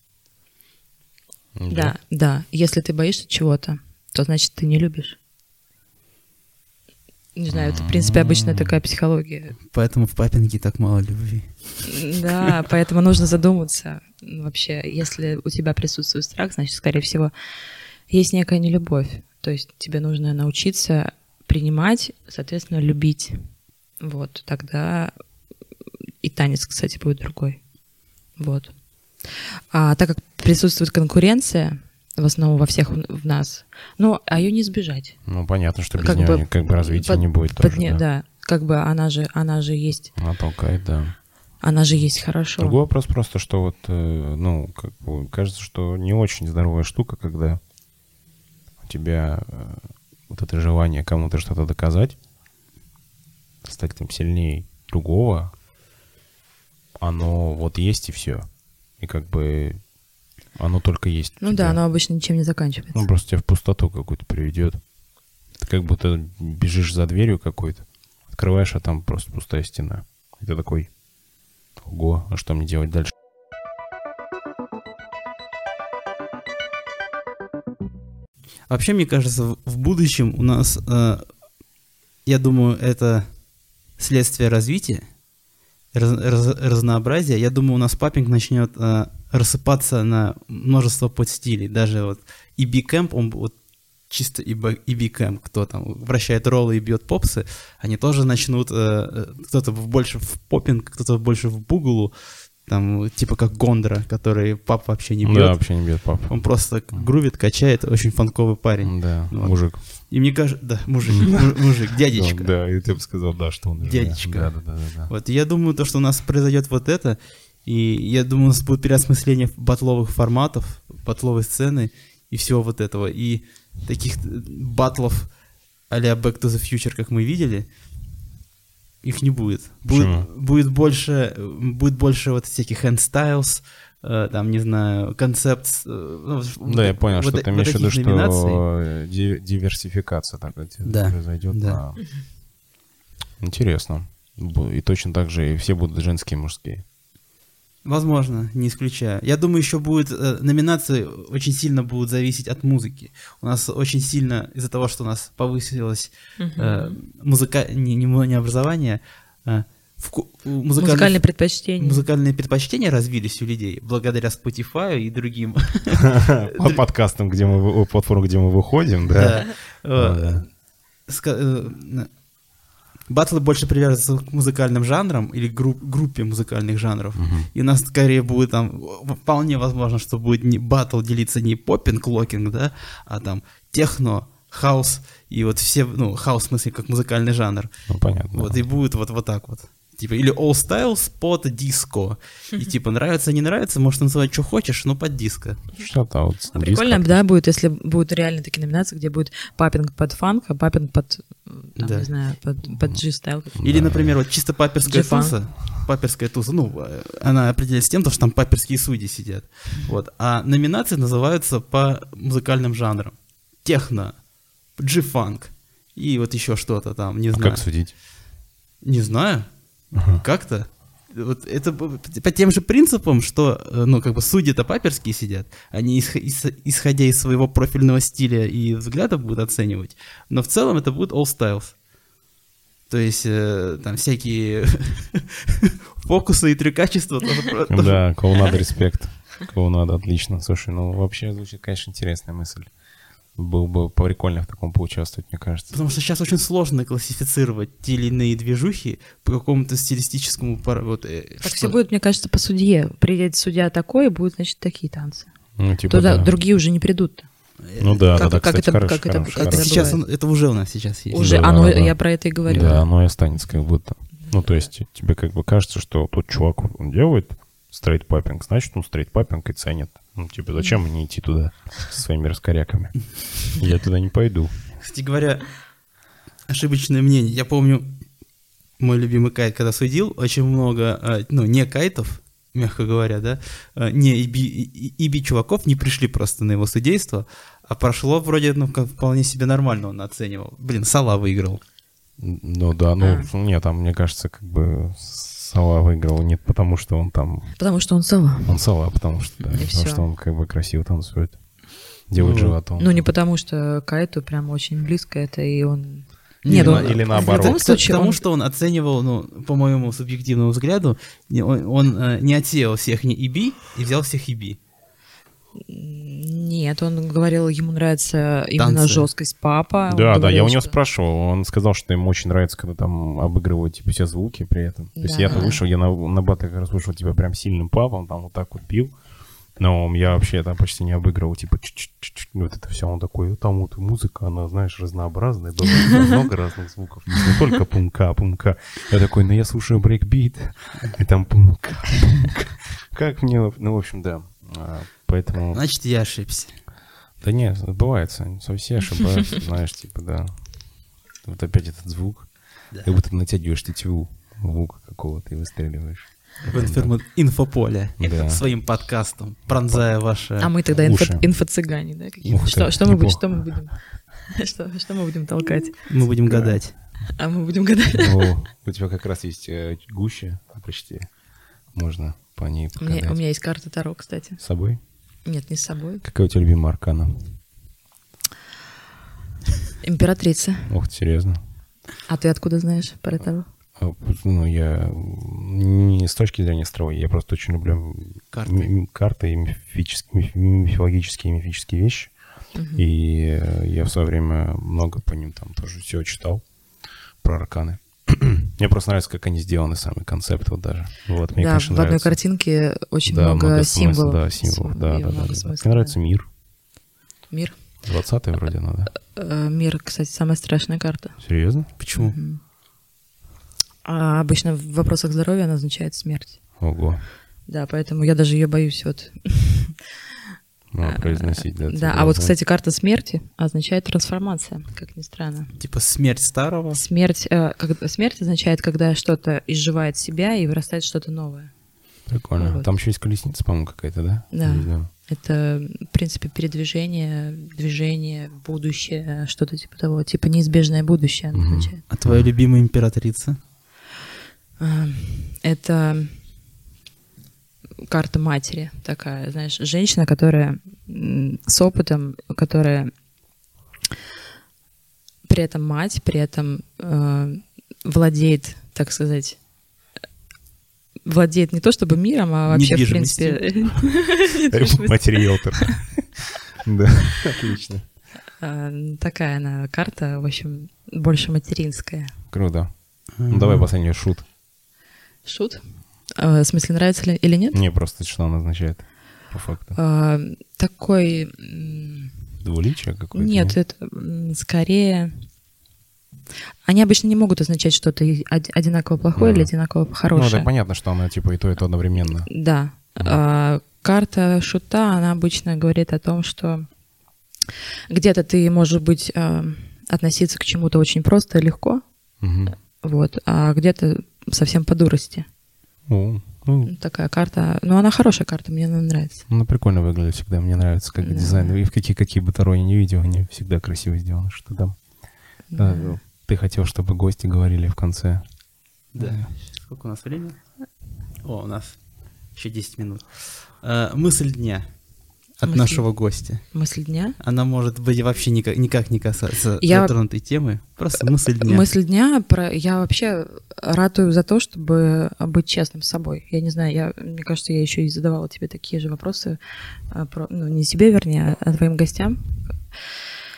Да. Если ты боишься чего-то, то значит ты не любишь. Не знаю, это, в принципе, обычная такая психология. Поэтому в папинге так мало любви. Да, поэтому нужно задуматься. Вообще, если у тебя присутствует страх, значит, скорее всего, есть некая нелюбовь. То есть тебе нужно научиться принимать, соответственно, любить. Вот, тогда и танец, кстати, будет другой. Вот. А так как присутствует конкуренция, в основном во всех в нас, а ее не избежать. Понятно, что без нее как бы развития не будет тоже, да. Как бы она же есть. Она толкает, да. Она же есть хорошо. Другой вопрос просто, что вот, как бы кажется, что не очень здоровая штука, когда у тебя вот это желание кому-то что-то доказать, стать там сильнее другого, оно вот есть и все. И как бы оно только есть. Да, оно обычно ничем не заканчивается. Просто тебя в пустоту какую-то приведет. Ты как будто бежишь за дверью какой-то, открываешь, а там просто пустая стена. И ты такой: ого, а что мне делать дальше? Вообще, мне кажется, в будущем у нас, я думаю, это следствие развития, разнообразия. Я думаю, у нас папинг начнет рассыпаться на множество подстилей. Даже вот EB-кэмп, он вот чисто EB-кэмп, кто там вращает роллы и бьет попсы, они тоже начнут, кто-то больше в попинг, кто-то больше в буглу, там, типа как Гондра, который пап вообще не бьет. Да, вообще не бьет пап. Он просто грувит, качает, очень фанковый парень. Да, вот. Мужик. И мне кажется, да, мужик, дядечка. Да, и ты бы сказал, да, что он дядечка. Да. Вот, я думаю, то, что у нас произойдет вот это, и я думаю, у нас будет переосмысление батловых форматов, батловой сцены и всего вот этого. И таких батлов а-ля Back to the Future, как мы видели, их не будет. Будет больше вот всяких handstyles, там, не знаю, концепт. Да, я понял, что ты имеешь в виду, что диверсификация так произойдет. Да. Интересно. И точно так же и все будут женские и мужские. Возможно, не исключаю. Я думаю, еще будет номинации очень сильно будут зависеть от музыки. У нас очень сильно из-за того, что у нас повысилось не образование, музыкальные предпочтения. Музыкальные предпочтения развились у людей благодаря Spotify и другим подкастам, платформам, где мы выходим, да. Баттлы больше привязываются к музыкальным жанрам или группе музыкальных жанров. И у нас скорее будет там, вполне возможно, что будет не баттл делиться не поппинг, локинг, да, а там техно, хаус и вот все, хаус в смысле как музыкальный жанр. Понятно. Вот, и будет вот так вот. Типа, или all styles под диско. И типа, нравится, не нравится, можешь танцевать, что хочешь, но под диско. Что-то вот. Прикольно, да, будет, если будут реально такие номинации, где будет паппинг под фанк, а паппинг под, там, не знаю, под G-стайл. Или, например, вот чисто папперская туса. Папперская туса, она определяется тем, что там папперские судьи сидят. Вот. А номинации называются по музыкальным жанрам. Техно, G-фанк и вот еще что-то там, не знаю. Как судить? Не знаю. Как-то. Вот это по тем же принципам, что, как бы судьи-то паперские сидят, они, исходя из своего профильного стиля и взгляда, будут оценивать. Но в целом это будет all styles. То есть там всякие фокусы и трюкачества тоже. Да, клоунада респект. Клоунада, отлично. Слушай, вообще звучит, конечно, интересная мысль. Было бы прикольно в таком поучаствовать, мне кажется. Потому что сейчас очень сложно классифицировать те или иные движухи по какому-то стилистическому... Так все будет, мне кажется, по судье. Приедет судья такой, и будут, значит, такие танцы. Ну, типа, Туда да. другие уже не придут. Ну да, как это сейчас бывает? это уже у нас сейчас есть. Уже, Да, да. я про это и говорю. Да, оно и останется как будто. Ну, то есть тебе как бы кажется, что тот чувак, он делает стрейт-паппинг, значит, он стрейт-паппинг и ценит. Ну, типа, зачем мне идти туда со своими раскоряками? Я туда не пойду. Кстати говоря, ошибочное мнение. Я помню, мой любимый кайт, когда судил, очень много, не кайтов, мягко говоря, да, не иби чуваков не пришли просто на его судейство, а прошло вроде, вполне себе нормально он оценивал. Блин, Сала выиграл. Ну да, нет, там, мне кажется, как бы Сала выиграл не потому, что он там... Потому что он Сала. Он Сала, потому что, да, потому что он как бы красиво танцует, делает животом. Ну, не потому что Кайту прям очень близко это, и он... Нет, или наоборот. Потому что он оценивал, по моему субъективному взгляду, он не отсеял всех не иби и взял всех иби. Нет, он говорил, ему нравится именно жесткость папа. Да, я у него спрашивал, он сказал, что ему очень нравится, когда там обыгрывают типа все звуки при этом. То есть я-то вышел, я на батле как раз вышел типа прям сильным папом, там вот так вот бил. Но я вообще там почти не обыгрывал, типа вот это все, он такой, там вот музыка, она, знаешь, разнообразная, бывает много разных звуков, не только пумка. Я такой, я слушаю брейкбит, и там пумка. Как мне, в общем, да, поэтому... Значит, я ошибся. Да нет, бывает, Сань, все ошибаются, знаешь, типа, да. Вот опять этот звук, как будто натягиваешь тетиву в лук какого-то и выстреливаешь. В инфополе своим подкастом, пронзая ваши А мы тогда инфо-цыгане, да? Что мы будем толкать? Мы будем гадать. А мы будем гадать. У тебя как раз есть гуща почти. Можно по ней погадать. У меня есть карта Таро, кстати. С собой? Нет, не с собой. Какая у тебя любимая аркана? Императрица. Ох, серьезно? А ты откуда знаешь про Таро? Ну, я не с точки зрения астрологии, я просто очень люблю карты и мифологические и мифические вещи. И я в свое время много по ним там тоже все читал про арканы. Мне просто нравится, как они сделаны, самый концепт вот даже. Вот, мне, да, конечно, в одной нравится. Картинке очень много символов. Да, символов, да. Мне нравится мир. Мир? 20-й вроде, да? Мир, кстати, самая страшная карта. Серьезно? Почему? А обычно в вопросах здоровья она означает смерть. Ого. Да, поэтому я даже ее боюсь вот... произносить, да. Да, а вот, кстати, карта смерти означает трансформация, как ни странно. Типа смерть старого? Смерть означает, когда что-то изживает себя и вырастает что-то новое. Прикольно. Вот. Там еще есть колесница, по-моему, какая-то, да? Да. Это, в принципе, передвижение, движение, будущее, что-то типа того. Типа неизбежное будущее она означает. А твоя любимая императрица? Это карта матери такая, знаешь, женщина, которая с опытом, которая при этом мать, при этом владеет, так сказать, владеет не то чтобы миром, а вообще, в принципе... Мать-риэлтор. Да, отлично. Такая она карта, в общем, больше материнская. Круто. Ну, давай последний шут. Шут? В смысле, нравится ли или нет? Не, просто что он означает, по факту. Такой... Двуличие какое-то? Нет, это скорее... Они обычно не могут означать что-то одинаково плохое или одинаково хорошее. Ну, это понятно, что она типа и то одновременно. Да. Карта шута, она обычно говорит о том, что где-то ты, может быть, относиться к чему-то очень просто и легко, вот, а где-то совсем по дурости. Такая карта, ну, она хорошая карта, мне она нравится. Она прикольно выглядит всегда, мне нравится, как дизайн. И в какие бы Таро я не видел, они всегда красиво сделаны, что там. Да. Ты хотел, чтобы гости говорили в конце. Да. Сколько у нас времени? У нас еще 10 минут. Мысль дня от нашего гостя. Мысль дня? Она может быть вообще никак не касаться затронутой темы. Просто мысль дня. Мысль дня, я вообще ратую за то, чтобы быть честным с собой. Я не знаю, мне кажется, я еще и задавала тебе такие же вопросы, не себе, вернее, а твоим гостям.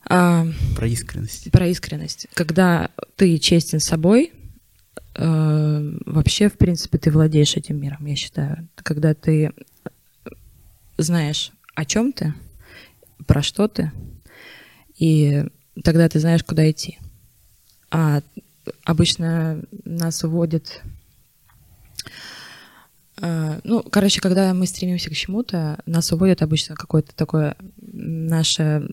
Про искренность. Про искренность. Когда ты честен с собой, вообще, в принципе, ты владеешь этим миром, я считаю. Когда ты знаешь, о чем ты, про что ты, и тогда ты знаешь, куда идти. А обычно нас уводит... когда мы стремимся к чему-то, нас уводит обычно какое-то такое наше...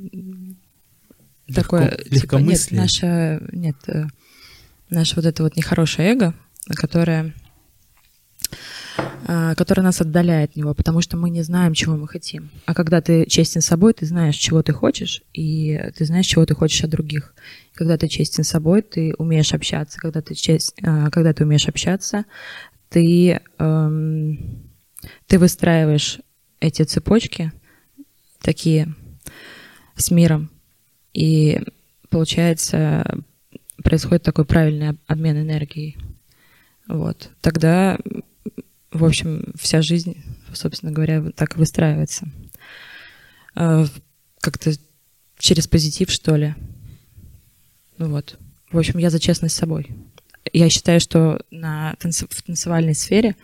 Легкомыслие. Наше вот это вот нехорошее эго, которое нас отдаляет от него, потому что мы не знаем, чего мы хотим. А когда ты честен с собой, ты знаешь, чего ты хочешь, и ты знаешь, чего ты хочешь от других. Когда ты честен с собой, ты умеешь общаться. Когда ты умеешь общаться, ты выстраиваешь эти цепочки такие с миром, и получается, происходит такой правильный обмен энергией. Вот. Тогда, в общем, вся жизнь, собственно говоря, так и выстраивается. Как-то через позитив, что ли. Вот. В общем, я за честность с собой. Я считаю, что в танцевальной сфере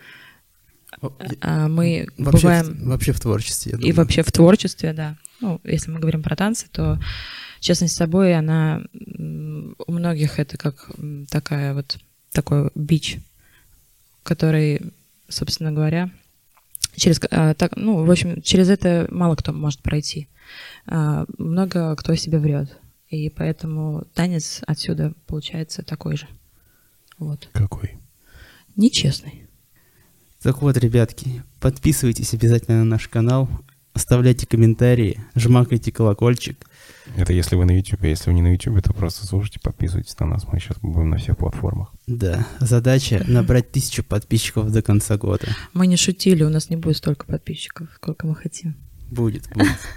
мы бываем... Вообще в творчестве, я думаю. И вообще в творчестве, да. Если мы говорим про танцы, то честность с собой, она у многих это как такой бич, который, собственно говоря, через это мало кто может пройти. Много кто себе врет. И поэтому танец отсюда получается такой же. Вот. Какой? Нечестный. Так вот, ребятки, подписывайтесь обязательно на наш канал, оставляйте комментарии, жмакайте колокольчик. Это если вы на YouTube, если вы не на YouTube, то просто слушайте, подписывайтесь на нас, мы сейчас будем на всех платформах. Да, задача набрать 1000 подписчиков до конца года. Мы не шутили, у нас не будет столько подписчиков, сколько мы хотим. Будет.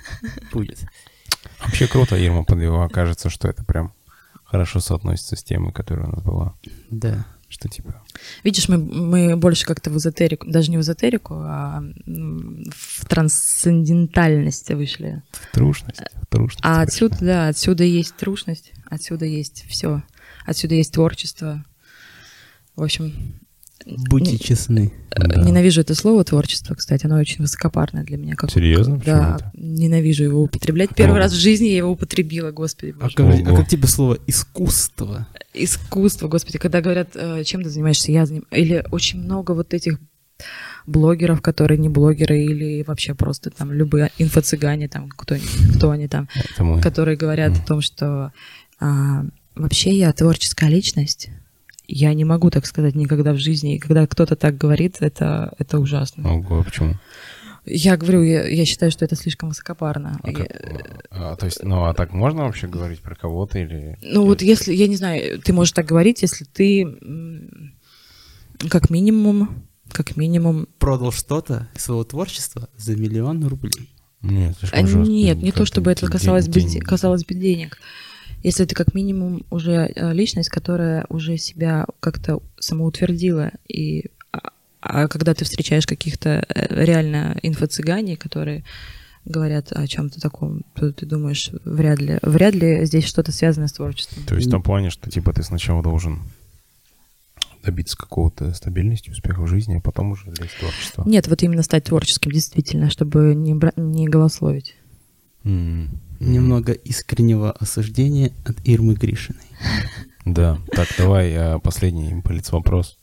Вообще круто, Ирма подвела, кажется, что это прям хорошо соотносится с темой, которая у нас была. Да. Что типа... Видишь, мы больше как-то в эзотерику, даже не в эзотерику, а в трансцендентальность вышли. В трушность. А отсюда есть трушность, отсюда есть все. Отсюда есть творчество. В общем... Будьте честны. Ненавижу это слово творчество, кстати, оно очень высокопарное для меня. Серьезно? Да, ненавижу его употреблять. Первый раз в жизни я его употребила, господи. А как тебе слово искусство? Искусство, господи, когда говорят, чем ты занимаешься, или очень много вот этих блогеров, которые не блогеры, или вообще просто там любые инфо-цыгане, там, кто они там, которые говорят о том, что вообще я творческая личность. Я не могу так сказать никогда в жизни. И когда кто-то так говорит, это ужасно. Ого, а почему? Я говорю, я считаю, что это слишком высокопарно. А так можно вообще говорить про кого-то или... Если, я не знаю, ты можешь так говорить, если ты как минимум... Продал что-то из своего творчества за 1 000 000 рублей. Нет, слишком жестко. Нет, не то, чтобы это касалось бы денег. Если ты как минимум уже личность, которая уже себя как-то самоутвердила, а когда ты встречаешь каких-то реально инфо-цыгане, которые говорят о чем-то таком, то ты думаешь, вряд ли здесь что-то связано с творчеством. То есть в том плане, что типа ты сначала должен добиться какого-то стабильности, успеха в жизни, а потом уже лезть в творчество. Нет, вот именно стать творческим, действительно, чтобы не голословить. Немного искреннего осуждения от Ирмы Гришиной. Да, так, давай последний блиц-вопрос.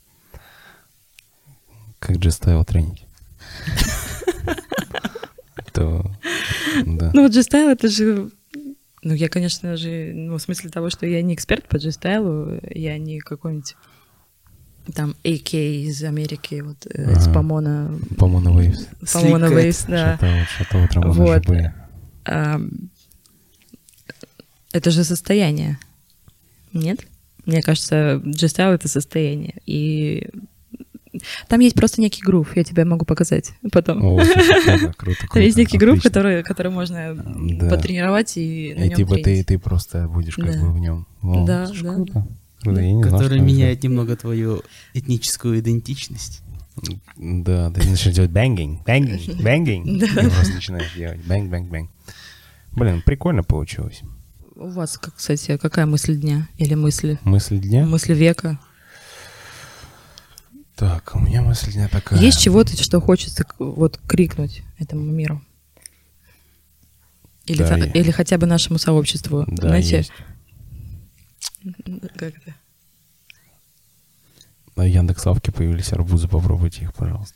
Как G-Style тренить? G-Style это же... я, конечно же, в смысле того, что я не эксперт по G-Style, я не какой-нибудь там AK из Америки, вот из Помона. Помона Waves. Помона Waves, да. Вот. Это же состояние. Нет? Мне кажется, G-Style — это состояние. И там есть просто некий грув, я тебе могу показать потом. О, слушай, круто. Там есть некий грув, который можно потренировать и на нем типа тренить. ты просто будешь как бы в нем. Да. Круто. Который меняет немного твою этническую идентичность. Да, ты начинаешь делать бэнгинг. И просто начинаешь делать бэнг. Блин, прикольно получилось. у вас, кстати, какая мысль дня или мысли? Мысль дня? Мысль века. Так, у меня мысль дня такая. Есть чего-то, что хочется вот крикнуть этому миру? Или, Да, или хотя бы нашему сообществу? Да, знаете? есть. Как это? На Яндекс.Лавке появились арбузы, попробуйте их, пожалуйста.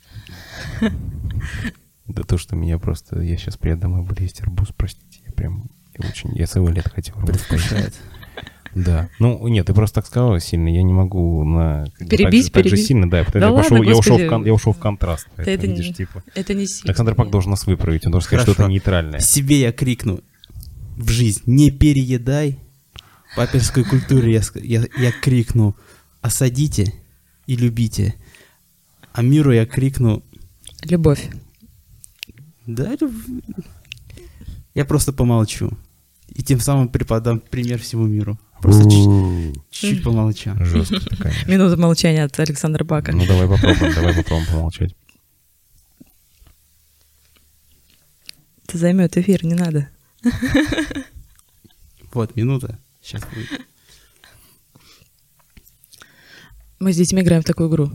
Да то, что меня просто... Я сейчас приеду домой, буду есть арбуз, простите. Я целый лет хотел арбуз. Предвкушает. Да. Ну, нет, ты просто так сказала сильно, я не могу перебить. Так же сильно, да. Да ладно, я ушел в контраст. Это не сильно. Александр Пак должен нас выправить, он должен сказать что-то нейтральное. Себе я крикну в жизнь: не переедай. Папирской культуре я крикну: осадите и любите. А миру я крикну: любовь. Да, я просто помолчу. И тем самым преподам пример всему миру. Просто чуть-чуть помолча. Жестко такая. Минута молчания от Александра Пака. Ну, давай попробуем помолчать. Это займет эфир, не надо. Вот, минута. Сейчас будет. Мы с детьми играем в такую игру.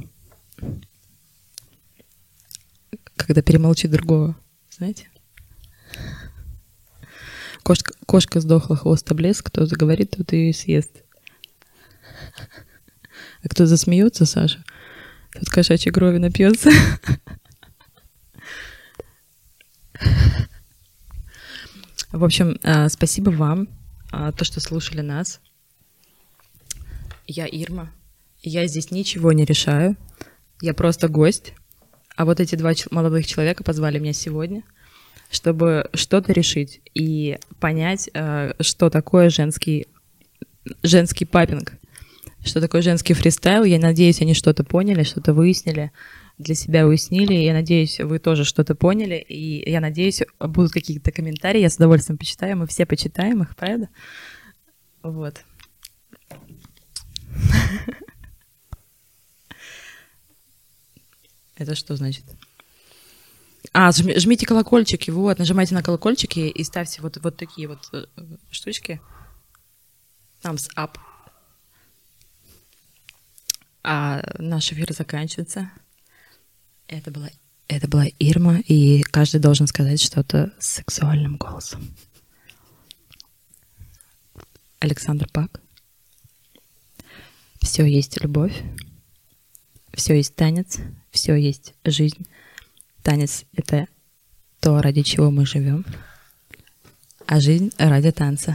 Когда перемолчит другого, знаете? Кошка сдохла, хвост облез, кто заговорит, тот ее и съест. А кто засмеется, Саша, тот кошачьей крови напьется. В общем, спасибо вам, то, что слушали нас. Я Ирма. Я здесь ничего не решаю. Я просто гость. А вот эти два молодых человека позвали меня сегодня, чтобы что-то решить и понять, что такое женский папинг, что такое женский фристайл. Я надеюсь, они что-то поняли, что-то выяснили, для себя уяснили. Я надеюсь, вы тоже что-то поняли. И я надеюсь, будут какие-то комментарии. Я с удовольствием почитаю. Мы все почитаем их, правда? Вот. Это что значит? Жмите колокольчики, вот, нажимайте на колокольчики и ставьте вот такие вот штучки. Thumbs up. А наш эфир заканчивается. Это была Ирма, и каждый должен сказать что-то с сексуальным голосом. Александр Пак. Все есть любовь, все есть танец, все есть жизнь. Танец — это то, ради чего мы живем, а жизнь ради танца.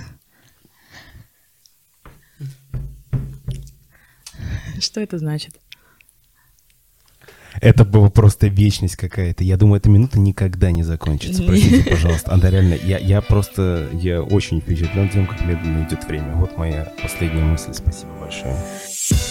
Что это значит? Это была просто вечность какая-то. Я думаю, эта минута никогда не закончится. Простите, пожалуйста. Анда, реально, я очень впечатлен тем, как медленно идет время. Вот моя последняя мысль. Спасибо большое.